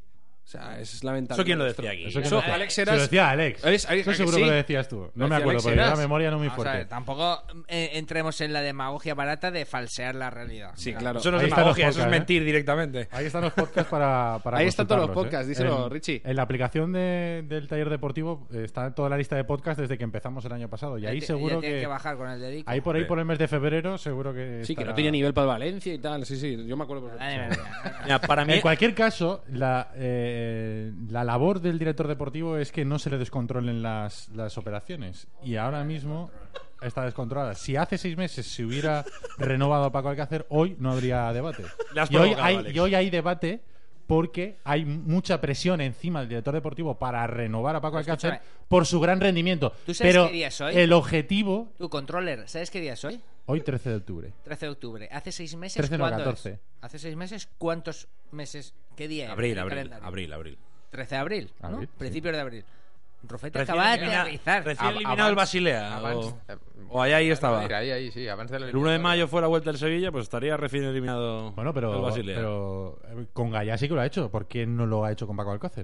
O sea, es lamentable. ¿Eso quién lo decía aquí? Eso que Eso, no sé. Alex Se Heras- lo decía Alex. Alex- Alex- Eso ¿a que seguro sí? que lo decías tú. No Lo me decía acuerdo, Alex porque la Heras. memoria no muy Vamos a fuerte. ver, tampoco eh, entremos en la demagogia barata de falsear la realidad. Sí, claro. Eso no es Ahí están los demagogia, eso es podcasts, ¿eh? mentir directamente. Ahí están los podcasts para, para Ahí están todos los consultarlos, podcasts, ¿eh? díselo, en, Richie. En la aplicación de- del taller deportivo eh, está toda la lista de podcasts desde que empezamos el año pasado. Y Ya ahí te- seguro ya tienes que... que bajar con el dedico. Ahí por ahí, Sí. por el mes de febrero, seguro que... Sí, que no estará- tenía nivel para el Valencia y tal. Sí, sí, yo me acuerdo. Por Ay, eso. mira, Mira, para mí, En cualquier caso, la, eh, la labor del director deportivo es que no se le descontrolen las, las operaciones. Y ahora mismo está descontrolada. Si hace seis meses se hubiera renovado a Paco Alcácer, hoy no habría debate. Le has Y hoy, provocado, hay, Alex. y hoy hay debate porque hay mucha presión encima del director deportivo para renovar a Paco Alcácer escúchame. por su gran rendimiento. ¿Tú sabes Pero qué día es hoy? el objetivo... Tu controller, ¿sabes qué día es hoy? Hoy, trece de octubre. trece de octubre. Hace seis meses, trece no, ¿cuándo catorce. es? Hace seis meses, ¿cuántos meses? ¿Qué día es? abril, El abril, calendario. abril, abril. trece de abril, ¿no? Abril, sí. Principios de abril. Rufete Recién acaba de elimina- aterrizar. recién Ab- eliminado el abans- Basilea. abans- o- eh, O ahí, ahí estaba. Ahí, ahí, sí, abans de la El uno de mayo fue la vuelta del Sevilla, pues estaría recién eliminado. Bueno, pero, el Basilea. pero con Gallá sí que lo ha hecho. ¿Por qué no lo ha hecho con Paco Alcácer?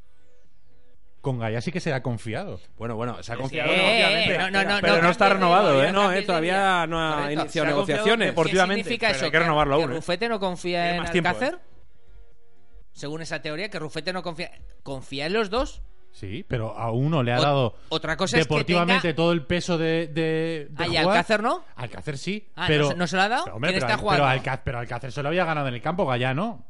Con Gallá sí que se ha confiado. Bueno, bueno, se ha Sí, confiado. eh, obviamente, no, no, no, pero no, no está cambie de renovado, idea, ¿eh? No, cambie eh, de todavía no ha Correcto. iniciado Se ha confiado negociaciones. deportivamente, ¿Qué significa pero eso? hay que renovarlo ¿Que aún, ¿eh? Rufete no confía Tiene en más tiempo, Alcácer? ¿eh? Según esa teoría, que Rufete no confía. ¿Confía en los dos? Sí, pero a uno le ha Ot- dado otra cosa es que deportivamente tenga- todo el peso de, de, de Ah, ¿y jugar. Alcácer no? Alcácer sí, Ah, pero ¿no se- no se lo ha dado? Pero, hombre, ¿Quién pero, está jugando? Pero, Alcácer, pero Alcácer se lo había ganado en el campo, Gallá no.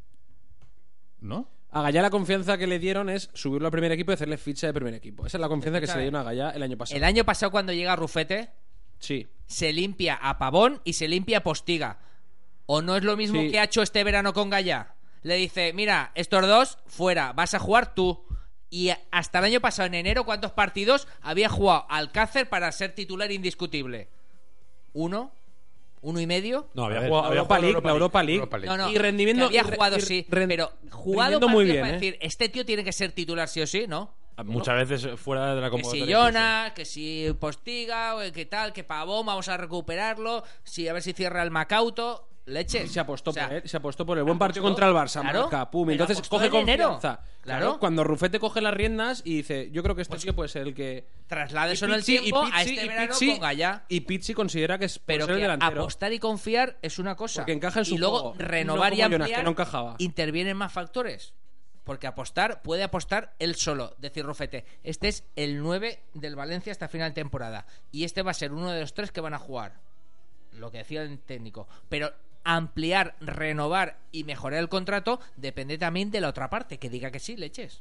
¿No? A Gallá la confianza que le dieron es subirlo al primer equipo y hacerle ficha de primer equipo. Esa es la confianza que se le dieron a Gallá el año pasado. El año pasado, cuando llega Rufete, Sí. se limpia a Pavón y se limpia a Postiga. ¿O no es lo mismo Sí. que ha hecho este verano con Gallá? Le dice, mira, estos dos, fuera, vas a jugar tú. Y hasta el año pasado, en enero, ¿cuántos partidos había jugado Alcácer para ser titular indiscutible? ¿Uno? ¿Uno y medio? No, había A ver, jugado, había Europa jugado League, la Europa League. Europa League. No, no, Y rendimiento- que había y re- jugado, y sí, ren- pero jugado rendiendo muy partidos bien, para ¿eh? decir, este tío tiene que ser titular sí o sí, ¿no? muchas veces fuera de la Que convocatoria. si Jonas, que si Postiga, o que tal, que Pavón, vamos a recuperarlo, si a ver si cierra el Macauto, leches. Se apostó O sea, por él, se apostó por el buen partido apostó, contra el Barça, claro, marca, pum, pero entonces apostó coge en enero. confianza. Claro. Cuando Rufete coge las riendas y dice, yo creo que este tío puede ser el que traslade y eso en el Pizzi- tiempo y a Pizzi- este y verano Pizzi- con Gallá. Y Pizzi considera que es puede Pero ser el que delantero. apostar y confiar es una cosa. Porque encaja en su y luego juego, renovar no y como Jonas, ampliar que no encajaba. intervienen más factores. Porque apostar, puede apostar él solo. Decir Rufete, este es el nueve del Valencia hasta final de temporada. Y este va a ser uno de los tres que van a jugar. Lo que decía el técnico. Pero ampliar, renovar y mejorar el contrato depende también de la otra parte. Que diga que sí, leches.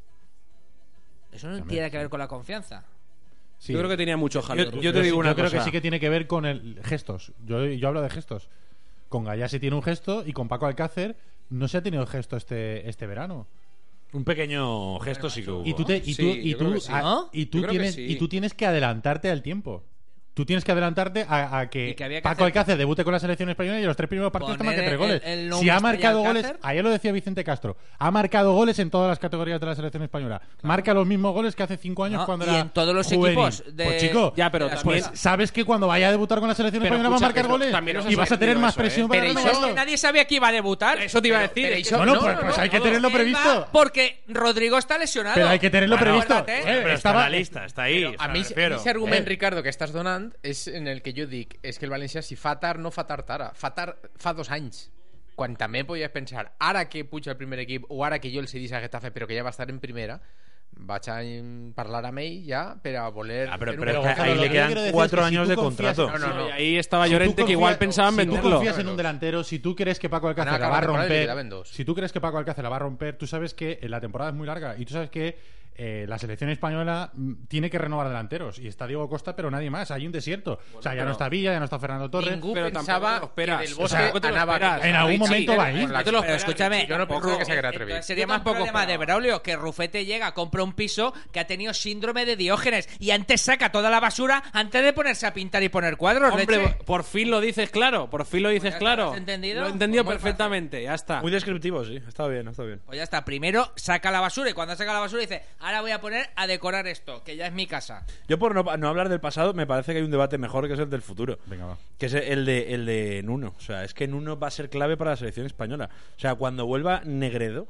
Eso no tiene que ver con la confianza. Sí. Yo creo que tenía mucho jaleo. Yo- yo te digo una yo creo cosa. que sí que tiene que ver con el gestos. Yo, yo hablo de gestos. Con Gallá sí tiene un gesto y con Paco Alcácer no se ha tenido gesto este, este verano. Un pequeño gesto sí que hubo. Y tú, te, y Sí, tú, yo y creo tú, que sí. a- ¿No? y tú Yo creo que tienes, sí. y tú tienes que adelantarte al tiempo. Tú tienes que adelantarte a, a que, Y que había que Paco hacer- Alcácer debute con la selección española y los tres primeros partidos te Poner marque tres el- goles. el no si ha Mestalla marcado goles, Alcácer. ayer lo decía Vicente Castro, ha marcado goles en todas las categorías de la selección española. Marca los mismos goles que hace cinco años No, cuando y era en todos los juvenil. equipos de- Pues chico, Ya, pero de las también- pues sabes que cuando vaya a debutar con la selección Pero española va a escucha, marcar pero goles también nos y has vas a tener sorprendido más eso, ¿eh? presión para Pero Pero renovarlo. eso que nadie sabía que iba a debutar. Eso te iba a Pero- decir. pero es que eso- Bueno, no, pues, no, pues no, hay que no, tenerlo Él va previsto. Porque Rodrigo está lesionado. Pero hay que tenerlo Bueno, previsto. acuérdate, Eh, Pero está estaba- en la lista, está ahí. o sea, A mi, me refiero. ese argument, Eh. Ricardo, que estàs donant és en el que jo dic és que el València si fa tard no fa tard ara fa tard fa dos anys quan també podies pensar ara que puja el primer equip o ara que jo el cedís a Getafe però que ja va estar en primera vaig a parlar amb ell ja per a voler Ah, pero, fer un pero poco- es que Gonzalo, ahí lo le que yo quedan quiero decir cuatro es que si años tú de confías contrato. en- No, no, no. Y ahí estaba Si tú Llorente que confías- igual pensaba en si tú venderlo. confías en un delantero, si tú crees que Paco Alcácer Van a la va a acabar la temporada y le romper, quedaban dos. si tú crees que Paco Alcácer la va a romper, tú sabes que la temporada es muy larga y tú sabes que eh, la selección española mm, tiene que renovar delanteros y está Diego Costa, pero nadie más. Hay un desierto. o sea, ya no está Villa, ya no está Fernando Torres. Ningú Pero pensava tampoco te lo esperas. que del O Bosque sea, tampoco te lo anava esperas. En algún Richie momento va a ir. con la- Te lo Pero escúchame, yo no pensaba que se hubiera entonces atrevido. sería Yo más tampoco problema de esperaba. Braulio que Rufete llega, compra un piso que ha tenido síndrome de Diógenes y antes saca toda la basura antes de ponerse a pintar y poner cuadros. Hombre, leche. por fin lo dices claro, por fin lo dices ya está, claro. ¿lo has entendido? Lo he entendido Pues muy perfectamente, ya está. Muy descriptivo, sí. Está bien, está bien. Pues ya está, primero saca la basura y cuando saca la basura dice, ahora voy a poner a decorar esto, que ya es mi casa. Yo por no, no hablar del pasado, me parece que hay un debate mejor que es el del futuro. Venga, va. Que es el de, el de Nuno. O sea, es que Nuno va a ser clave para la selección española. O sea, cuando vuelva Negredo,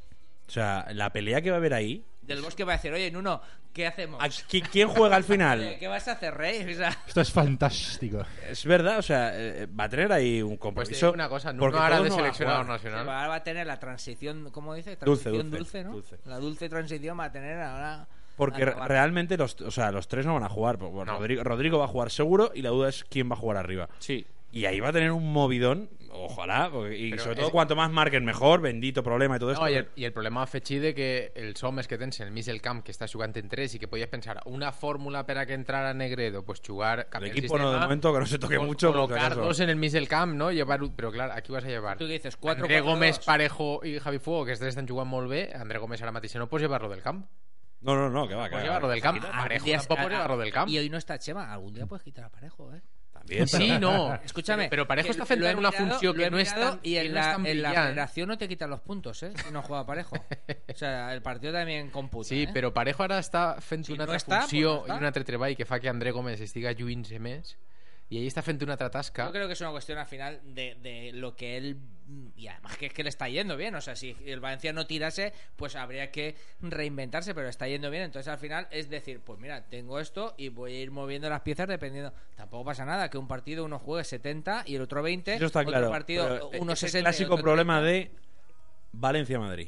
o sea, la pelea que va a haber ahí. Del Bosque va a decir, oye, Nuno, ¿qué hacemos? ¿a qui- ¿Quién juega al Oye, final? ¿Qué vas a hacer, Rey? O sea, Esto es fantástico. Es verdad, o sea, eh, va a tener ahí un Pues te compromiso. digo una cosa, porque no hará todos de no van a seleccionador jugar. nacional. ahora va a tener la transición, ¿cómo dice? Dulce, Transición dulce, dulce, ¿no? dulce. La dulce transición va a tener ahora... Porque a re- Navarro. realmente los, o sea, los tres no van a jugar. Pues, bueno, No. Rodrigo, Rodrigo va a jugar seguro y la duda es quién va a jugar arriba. Sí. Y ahí va a tener un movidón, ojalá, porque- y Pero sobre es- todo cuanto más marquen mejor, bendito problema y todo esto. No, i, el, I el problema afegit de que els homes que tens en el mig del camp que està jugant en tres i que podies pensar una fórmula per a que entrara Negredo, pues jugar El canviar equipo no, de momento que no se toque col- mucho. por si colocar acaso. dos en el mig del camp, no? Llevar, però clar, aquí vas a llevar Tú dices, cuatro, André cuatro, Gómez, dos. Parejo i Javi Fuego, que els tres estan jugant molt bé. André Gómez ara mateix no pots llevar-lo del camp. No, no, no, que va, que Pots va. llevar-lo del camp. Algún Parejo día- tampoc pots llevar-lo del camp. Y hoy no está Chema, algún día puedes quitar a Parejo, ¿eh? Bien, Sí, pero- no. Escúchame, Pero Parejo que está lo frente he a una mirado, función lo he que no es mirado tan y que en no es la, tan en la brillant. federación no te quitan los puntos, ¿eh? Si no juega Parejo. O sea, el partido también computa. Sí, ¿eh? però Parejo ara està fent Si una no altra està, funció pues no està. i un altre treball que fa que André Gómez estiga lluint-se més i ell està fent una altra tasca. Yo creo que es una cuestión al final de, de lo que él. Y además que es que le está yendo bien. O sea, si el Valencia no tirase, pues habría que reinventarse, pero está yendo bien. Entonces al final es decir, pues mira, tengo esto y voy a ir moviendo las piezas dependiendo. Tampoco pasa nada que un partido uno juegue setenta y el otro veinte. Eso está otro claro. partido pero uno es el sesenta. y clásico otro problema treinta. de Valencia-Madrid.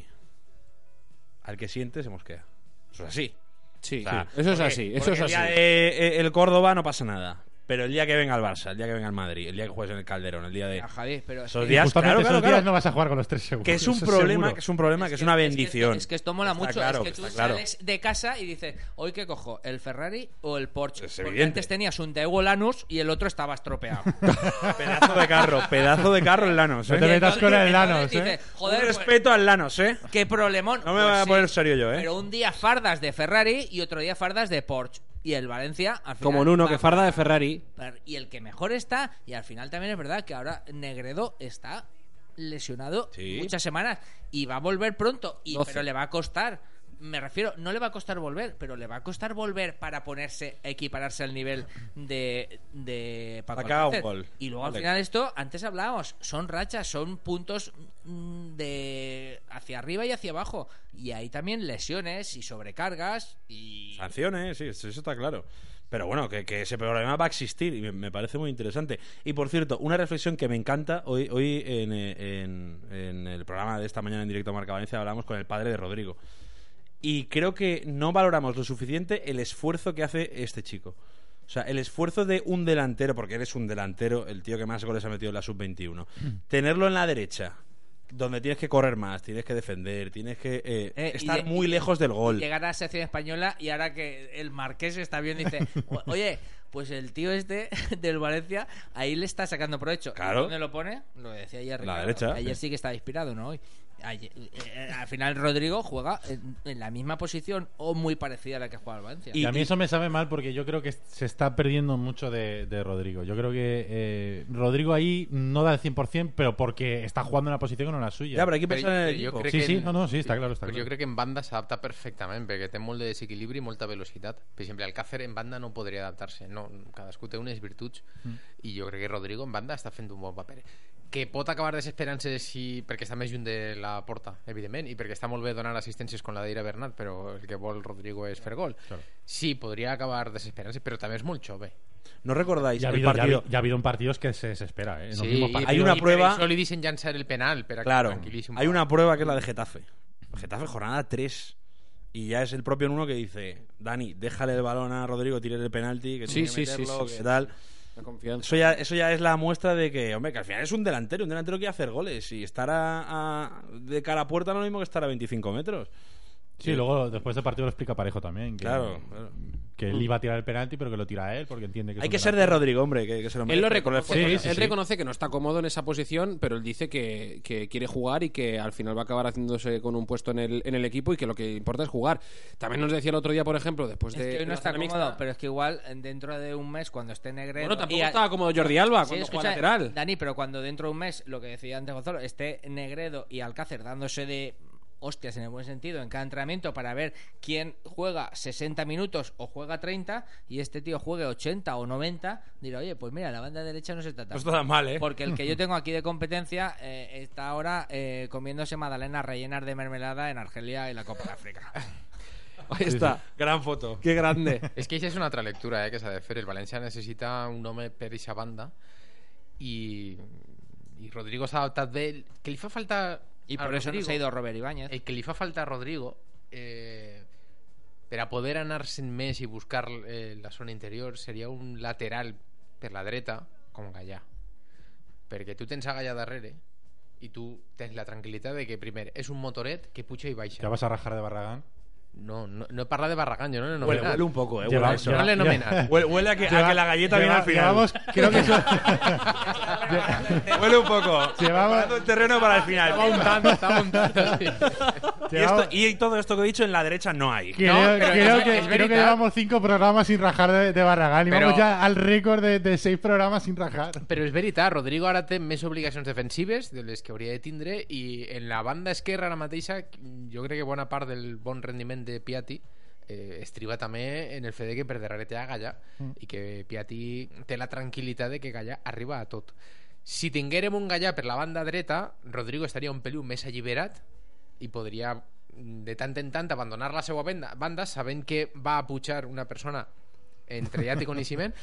Al que siente se mosquea. Eso es así. Sí, O sea, eso es porque- así, eso porque es el así. día de, eh, el Córdoba no pasa nada. Pero el día que venga el Barça, el día que venga el Madrid, el día que juegues en el Calderón, el día de Ah, Javi, pero es esos que- días, Justamente claro, esos claro, días claro. no vas a jugar con los tres segundos. que es un eso problema, seguro. que es un problema, que es una que- bendición. Es que, esto mola Está mucho. claro, es que tú está claro. sales de casa y dices, hoy que cojo, el Ferrari o el Porsche. Es Porque evidente. antes tenías un Daewoo Lanús y el otro estaba estropeado. Pedazo de carro, pedazo de carro el Lanos, No ¿eh? te metas con el Entonces Lanos, dices, ¿eh? joder, Un pues, respeto al Lanos, ¿eh? qué problemón. No me Pues voy a sí, poner serio yo, ¿eh? Pero un día fardas de Ferrari y otro día fardas de Porsche. Y el Valencia, al final. Como Nuno, va- que farda de Ferrari. Y el que mejor está, y al final también es verdad que ahora Negredo está lesionado Sí. muchas semanas y va a volver pronto, y, doce. pero le va a costar. Me refiero, no le va a costar volver, pero le va a costar volver para ponerse, equipararse al nivel de, de Paco Para que haga un Alcácer. gol. Y luego al Vale. final esto, antes hablábamos, son rachas, son puntos mm, de hacia arriba y hacia abajo. Y hay también lesiones y sobrecargas y... Sanciones, sí, eso está claro. Pero bueno, que, que ese problema va a existir y me, me parece muy interesante. Y por cierto, una reflexión que me encanta, hoy, hoy en, en- en el programa de esta mañana en directo a Marca Valencia hablamos con el padre de Rodrigo. Y creo que no valoramos lo suficiente el esfuerzo que hace este chico. O sea, el esfuerzo de un delantero, porque eres un delantero, el tío que más goles ha metido en la sub veintiuno. Tenerlo en la derecha, donde tienes que correr más, tienes que defender, tienes que eh, Eh, y estar de- muy y- lejos del gol. Llegar a la selección española y ahora que el Marqués está bien dice, "O- oye, pues el tío este del Valencia ahí le está sacando provecho". Claro. ¿Dónde lo pone? Lo decía ayer La Ricardo. derecha. Ayer sí que estaba inspirado, ¿no? Hoy. Ayer- eh, al final Rodrigo juega en, en la misma posición o muy parecida a la que juega el Valencia. Y a mí eso me sabe mal porque yo creo que se está perdiendo mucho de, de Rodrigo. Yo creo que eh, Rodrigo ahí no da el cien por ciento, pero porque está jugando en una posición que no es la suya. Ya, pero hay que Però pensar en el jo- jo equipo. crec Sí, que sí, en- no, no, sí, està clar, està Però clar. jo crec que en banda s'adapta perfectament perquè té molt de desequilibri i molta velocitat. Per exemple, Alcácer en banda no podria adaptar-se. No, cadascú té unes virtuts i jo crec que Rodrigo en banda està fent un bon paper. Que pot acabar desesperant-se si... perquè està més lluny de la porta, evidentment, i perquè està molt bé donar assistències con la d'Eira Bernat, però el que vol Rodrigo és fer gol. Claro. Sí, podria acabar desesperant-se, però també és molt jove. ¿No recordáis Ya ha, el habido, ya, ha partido? habido, ya ha habido en partidos que se desespera, ¿eh? En los Sí, mismos i- partidos. Hay una i prueba- Per això li deixen llançar el penal, per a que Claro, tranquil·lissi un hay poc. una prueba que es la de Getafe. Getafe, jornada tres. Y ya es el propio Nuno que dice: Dani, déjale el balón a Rodrigo, tire el penalti, que Sí, tiene que sí, sí, meterlo, sí, que sí. tal. La confianza. Eso ya, eso ya es la muestra de que, hombre, que al final es un delantero. Un delantero quiere hacer goles. Y estar a, a- de cara a puerta no es lo mismo que estar a veinticinco metros. Sí, luego después del partido lo explica Parejo también. Que, Claro, claro. que él iba a tirar el penalti, pero que lo tira él porque entiende que es Hay un que ser de delantero. Rodrigo, hombre, que, que se lo Él lo merece por el reconoce, esfuerzo. Sí, sí, él sí. reconoce que no está cómodo en esa posición, pero él dice que, que quiere jugar y que al final va a acabar haciéndose con un puesto en el, en el equipo y que lo que importa es jugar. También nos decía el otro día, por ejemplo, después Es de que hoy no la está zona cómodo, mixta- pero es que igual dentro de un mes, cuando esté Negredo... Bueno, tampoco y a- estaba cómodo Jordi Alba Sí, cuando escucha, juega lateral. Dani, pero cuando dentro de un mes, lo que decía antes Gonzalo, esté Negredo y Alcácer dándose de hostias en el buen sentido en cada entrenamiento para ver quién juega sesenta minutos o juega treinta y este tío juegue ochenta o noventa, dirá, oye, pues mira, la banda derecha no se está tan No está tan mal, ¿eh? Porque el que yo tengo aquí de competencia eh, está ahora eh, comiéndose magdalenas rellenas de mermelada en Argelia y la Copa de África. Ahí está. Gran foto. Qué grande. És que això és una altra lectura eh, que s'ha de fer. El València necessita un home per eixa banda i, i Rodrigo s'ha adaptat bé. El que li fa falta Y a por eso Rodrigo, nos ha ido Robert Ibáñez. el que li fa falta a Rodrigo eh, per a poder anar-se'n més i buscar eh, la zona interior seria un lateral per la dreta com Gallà, perquè tu tens a Gallà darrere i tu tens la tranquil·litat de que primer és un motoret que puja i baixa. ¿Ya vas a rajar de Barragán? No, no, no he parlat de Barragán, yo no l'he Huele, nomenat. huele un poco, eh. Lleva- Huele, a eso. No l'he nomenat. Huele, huele a, que, a Lleva- que la galleta lleva- viene al final. Llevamos, creo que eso... Huele un poco. Llevaba- Preparando el terreno para el final. Está montando, está montando. Sí. Y, esto- y todo esto que he dicho en la derecha no hay. Creo, No, pero creo es- que, es creo que veritat. llevamos cinco programas sin rajar de, de Barragán y Pero- vamos ya al récord de, de seis programas sin rajar. Però és veritat, Rodrigo ara té més obligacions defensives de les que hauria de tindre i en la banda esquerra ara mateixa jo crec que bona part del bon rendiment de Piatti eh, estriba també en el fet de que per darrere té a Gallà mm. i que Piatti té la tranquil·litat de que Gallà arriba a tot. Si tinguérem un Gallà per la banda dreta, Rodrigo estaria un peliu més alliberat i podria de tant en tant abandonar la seva banda, banda sabent que va a pujar una persona entre llat i coneixement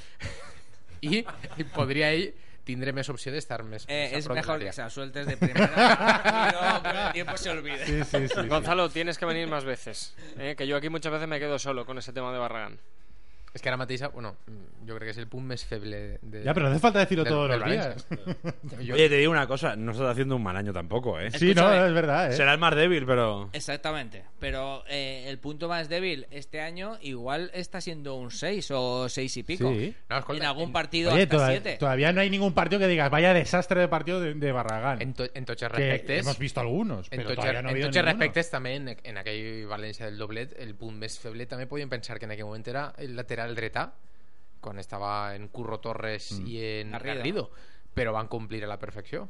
i, i podria ell tindré més opció d'estar més, Eh, més a es prop de mejor l'àrea. que se la sueltes de primera y luego con el tiempo se olvide. Sí, sí, sí, sí. Gonzalo, tienes que venir más veces. ¿eh? Que yo aquí muchas veces me quedo solo con ese tema de Barragán. És que ara mateix, bueno, jo crec que és el punt més feble de... Ya, pero no hace falta decirlo del- todos del los días. Valencia. Jo- Oye, te digo una cosa, no estás haciendo un mal año tampoco, ¿eh? Sí, no, Escúchame. es verdad, ¿eh? Será el más débil, pero... Exactamente, pero eh, el punto más débil este año igual está siendo un seis o seis y pico. Sí. No, escolta, En algún partido Oye, hasta toda- siete. todavía no hay ningún partido que digas vaya desastre de partido de, de Barragán. En, to, en tots els que respectes... hemos visto algunos, En pero tots, todavía no ha en habido tots els ninguno. respectes també en, en aquell València del doblet el punt més feble també podíem pensar que en aquell moment era el lateral dretà quan estava en Curro Torres mm. i en Garrido. Garrido, però van complir a la perfecció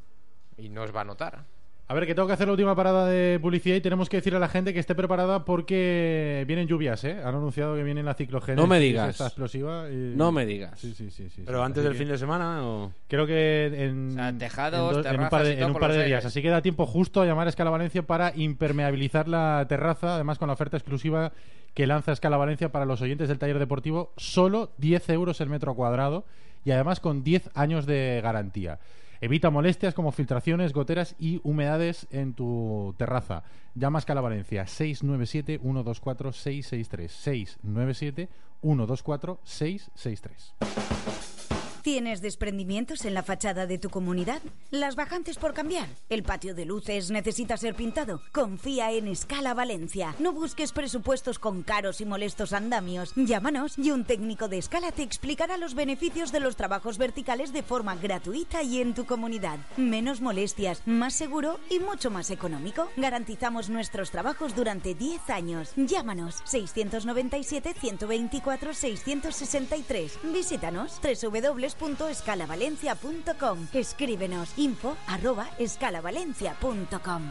i no es va notar. A ver, que tengo que hacer la última parada de publicidad y tenemos que decirle a la gente que esté preparada porque vienen lluvias, ¿eh? Han anunciado que viene la ciclogénesis. No me digas. Esta explosiva. y- No me digas. Sí, sí, sí. sí Pero sí. antes Así del que fin de semana o... Creo que en, O sea, tejados, en, do- en un terrazas par y de, todo en un por par los de días. aires. Así que da tiempo justo a llamar a Escala Valencia para impermeabilizar la terraza. Además, con la oferta exclusiva que lanza Escala Valencia para los oyentes del taller deportivo, solo diez euros el metro cuadrado y además con diez años de garantía. Evita molestias como filtraciones, goteras y humedades en tu terraza. Llama a Escala Valencia seis nueve siete, uno dos cuatro, seis seis tres seis nueve siete, uno dos cuatro, seis seis tres. ¿Tienes desprendimientos en la fachada de tu comunidad? ¿Las bajantes por cambiar? ¿El patio de luces necesita ser pintado? Confía en Escala Valencia. No busques presupuestos con caros y molestos andamios. Llámanos y un técnico de Escala te explicará los beneficios de los trabajos verticales de forma gratuita y en tu comunidad. Menos molestias, más seguro y mucho más económico. Garantizamos nuestros trabajos durante diez años. Llámanos seiscientos noventa y siete, ciento veinticuatro, seiscientos sesenta y tres. Visítanos doble u doble u doble u punto escala valencia punto com. Escríbenos info arroba escalavalencia punto com.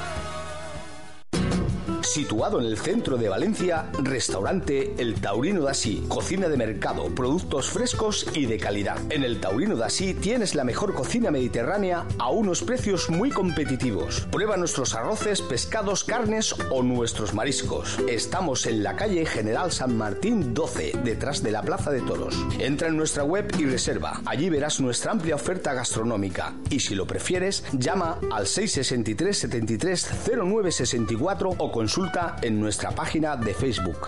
Situado en el centro de Valencia, restaurante El Taurino d'Assí. Cocina de mercado, productos frescos y de calidad. En El Taurino d'Assí tienes la mejor cocina mediterránea a unos precios muy competitivos. Prueba nuestros arroces, pescados, carnes o nuestros mariscos. Estamos en la calle General San Martín doce, detrás de la Plaza de Toros. Entra en nuestra web y reserva. Allí verás nuestra amplia oferta gastronómica. Y si lo prefieres, llama al seis sesenta y tres, setenta y tres, cero nueve sesenta y cuatro o consulta en nuestra página de Facebook.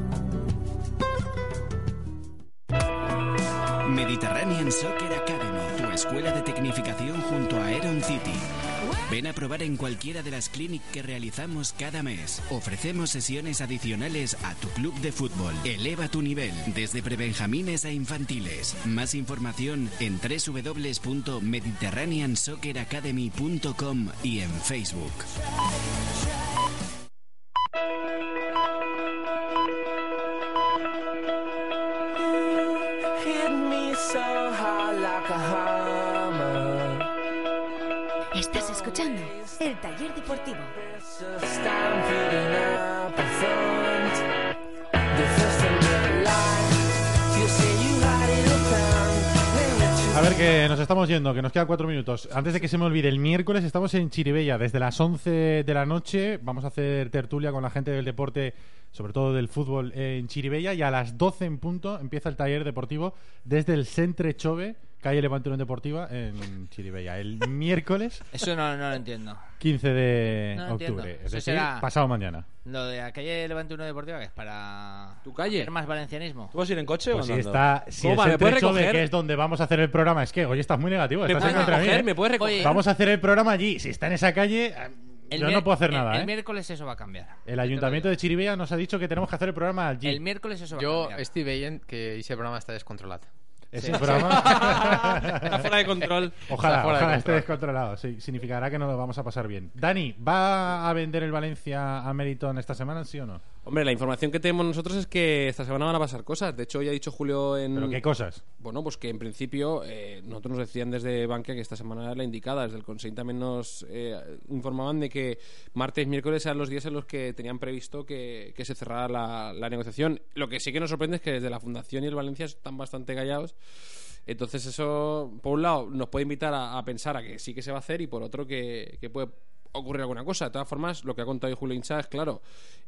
Mediterranean Soccer Academy, tu escuela de tecnificación junto a Aeron City. Ven a probar en cualquiera de las clinic que realizamos cada mes. Ofrecemos sesiones adicionales a tu club de fútbol. Eleva tu nivel, desde prebenjamines a infantiles. Más información en doble u doble u doble u punto mediterranean soccer academy punto com y en Facebook. Estás escuchando El Taller Deportivo. A ver, que nos estamos yendo, que nos quedan cuatro minutos. Antes de que se me olvide, el miércoles estamos en Chirivella desde las once de la noche. Vamos a hacer tertulia con la gente del deporte, sobre todo del fútbol, en Chirivella. Y a las doce en punto empieza el taller deportivo desde el Centre Chove, calle Levante Unión Deportiva, en Chirivella. El miércoles Eso no, no lo entiendo. quince de No lo entiendo. octubre, es Eso decir, será- pasado mañana. Lo de la calle Levante uno Deportiva, que es para ¿Tu calle? hacer más valencianismo. ¿Tú vas a ir en coche Pues o si andando? está, si el Toma, ¿me Centre puedes Chove, recoger? que es donde vamos a hacer el programa, es que hoy estás muy negativo, ¿Me estás en puedes contra mí, recoger? ¿eh? ¿Me puedes recoger? Oye, Vamos a hacer el programa allí. Si está en esa calle, eh, El Yo mier- no puedo hacer el- nada, El ¿eh? miércoles eso va a cambiar. El ayuntamiento de Chirivella nos ha dicho que tenemos que hacer el programa allí. El miércoles eso va a Jo cambiar. estic veient que ese programa està descontrolat. Ese Sí. programa... Está fuera de control. Ojalá, Está fuera de ojalá esté control. descontrolado. Sí, significará que nos lo vamos a pasar bien. Dani, ¿va a vender el Valencia a Meriton esta semana, sí o no? Hombre, la información que tenemos nosotros es que esta semana van a pasar cosas. De hecho, ya ha dicho Julio en... ¿Pero qué cosas? Bueno, pues que en principio eh, nosotros nos decían desde Bankia que esta semana era la indicada. Desde el Consell también nos eh, informaban de que martes, miércoles eran los días en los que tenían previsto que, que se cerrara la, la negociación. Lo que sí que nos sorprende es que desde la Fundación y el Valencia están bastante callados. Entonces eso, por un lado, nos puede invitar a, a pensar a que sí que se va a hacer y por otro que, que puede ocurrir alguna cosa. De todas formas, lo que ha contado hoy Julio Hinchá es claro,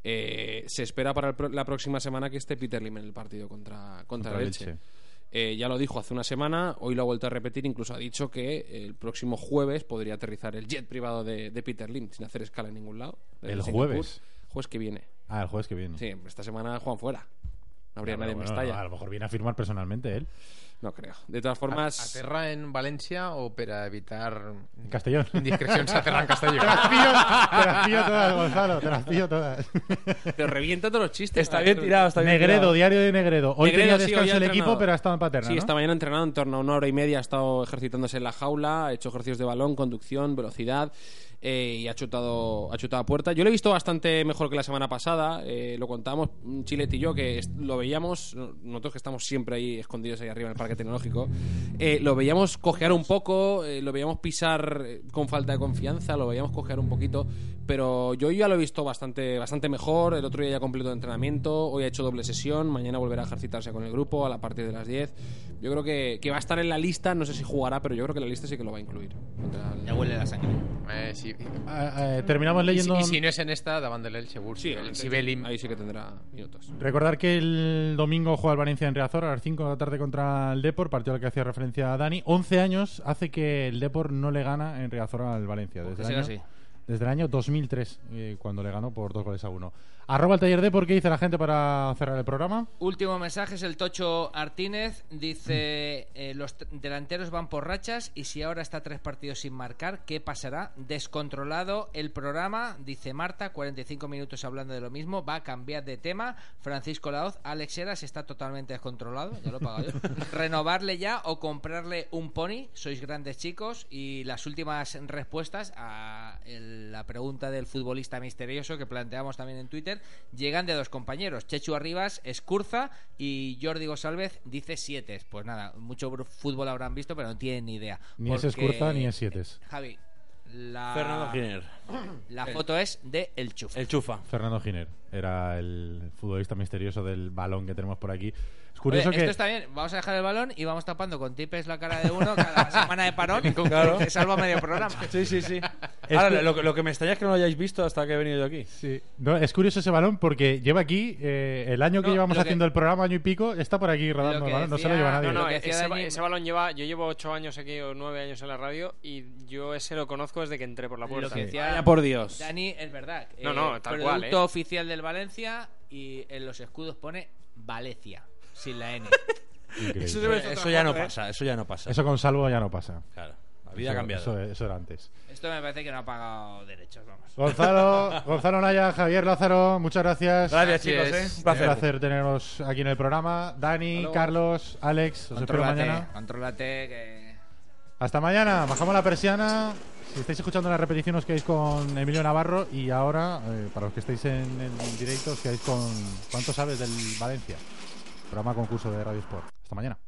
eh, se espera para el pro- la próxima semana que esté Peter Lim en el partido contra, contra, Contra el el Elche. Elche. Eh, ya lo dijo hace una semana, hoy lo ha vuelto a repetir, incluso ha dicho que el próximo jueves podría aterrizar el jet privado de, de Peter Lim sin hacer escala en ningún lado. Desde ¿El Singapur. jueves? Jueves que viene. Ah, el jueves que viene. Sí, esta semana juegan fuera. No habría Ah, nadie en bueno, Mestalla. a lo mejor viene a firmar personalmente él. No creo. De todas formas... Aterra en València o per a evitar En Castellón. indiscrecions aterra en Castelló? Te las pillo, te las pillo todas, Gonzalo, te las pillo todas. Pero revienta todos los chistes. Está bien tirado, está bien Negredo, tirado. diario de Negredo. Hoy Negredo, tenía sí, descanso hoy ha el equipo, entrenado. pero ha estado en Paterna, Sí, ¿no? esta mañana ha entrenado en torno a una hora y media, ha estado ejercitándose en la jaula, ha hecho ejercicios de balón, conducción, velocidad eh, y ha chutado, ha chutado a puerta. Yo lo he visto bastante mejor que la semana pasada, eh, lo contábamos Chilet y yo, que est- lo veíamos, nosotros que estamos siempre ahí escondidos ahí arriba en el Parque Tecnológico, eh, lo veíamos cojear un poco, eh, lo veíamos pisar eh, con falta de confianza, lo veíamos cojear un poquito, pero yo ya lo he visto bastante, bastante mejor. El otro día ya completo de entrenamiento, hoy ha hecho doble sesión, mañana volverá a ejercitarse con el grupo a la partir de las diez. Yo creo que, que va a estar en la lista, no sé si jugará, pero yo creo que la lista sí que lo va a incluir. Contra el- Ya huele la sangre. Eh, sí. Ah, eh, terminamos I, leyendo... si, I si no és en esta, davant de l'Elche, segur. Sí, el, el- si ve l'Im... ahí sí que tendrá minutos. Recordar que el domingo juega el Valencia en Riazor a las cinco de la tarde contra el Depor, partido al que hacía referencia a Dani. once años hace que el Depor no le gana en Riazor al Valencia. Desde, Que el siga año, así. desde el año dos mil tres, eh, cuando le ganó por dos goles a uno. Arroba el taller Depor, ¿qué dice la gente para cerrar el programa? Último mensaje es el Tocho Artínez. Dice: eh, los t- delanteros van por rachas y si ahora está tres partidos sin marcar, ¿qué pasará? Descontrolado el programa, dice Marta. cuarenta y cinco minutos hablando de lo mismo. Va a cambiar de tema. Francisco Laoz, Alex Heras está totalmente descontrolado. Ya lo he pagado yo. Renovarle ya o comprarle un pony. Sois grandes chicos. Y las últimas respuestas a el- la pregunta del futbolista misterioso que planteamos también en Twitter llegan de dos compañeros, Chechu Arribas, Escurza, y Jordi González dice siete. Pues nada, mucho br- fútbol habrán visto, pero no tienen ni idea. Ni es Porque, Escurza ni es Sietes. Javi, la, Fernando Giner. la foto es de El Chufa. El Chufa. Fernando Giner era el futbolista misterioso del balón que tenemos por aquí. Es Oye, curioso esto que... está bien, vamos a dejar el balón y vamos tapando con tipes la cara de uno cada semana de parón. Claro. Se salva medio programa. Sí, sí, sí. Es Ahora, que- lo, lo que me extraña es que no lo hayáis visto hasta que he venido yo aquí. Sí. No, es curioso ese balón porque lleva aquí eh, el año que No, llevamos lo que- haciendo el programa, año y pico, está por aquí rodando Lo el que balón, no se lo decía- lleva nadie. No, no, Lo que decía ese, ba- Dani- ese balón lleva. Yo llevo ocho años aquí o nueve años en la radio y yo ese lo conozco desde que entré por la Lo puerta. que decía Vaya por Dios. Dani es verdad. No, no, tal producto cual, ¿eh? oficial del Valencia y en los escudos pone Valencia, sin la N. Increíble. Eso, Eso, eso ya no pasa, eso ya no pasa. con Salvo ya no pasa. Claro, la vida ha Eso- cambiado. Eso, eso era antes. Esto me parece que no ha pagado derechos, vamos. Gonzalo, Gonzalo Naya, Javier Lázaro, muchas gracias. Gracias, chicos, Así ¿eh? es. Un Un placer. placer teneros aquí en el programa. Dani, luego. Carlos, Alex, os espero Contrólate, mañana. contrólate que... Hasta mañana, bajamos la persiana. Si estáis escuchando la repetición os quedáis con Emilio Navarro y ahora, eh, para los que estáis en, en directo, os quedáis con ¿Cuánto sabes del Valencia? Programa concurso de Radio Sport. Hasta mañana.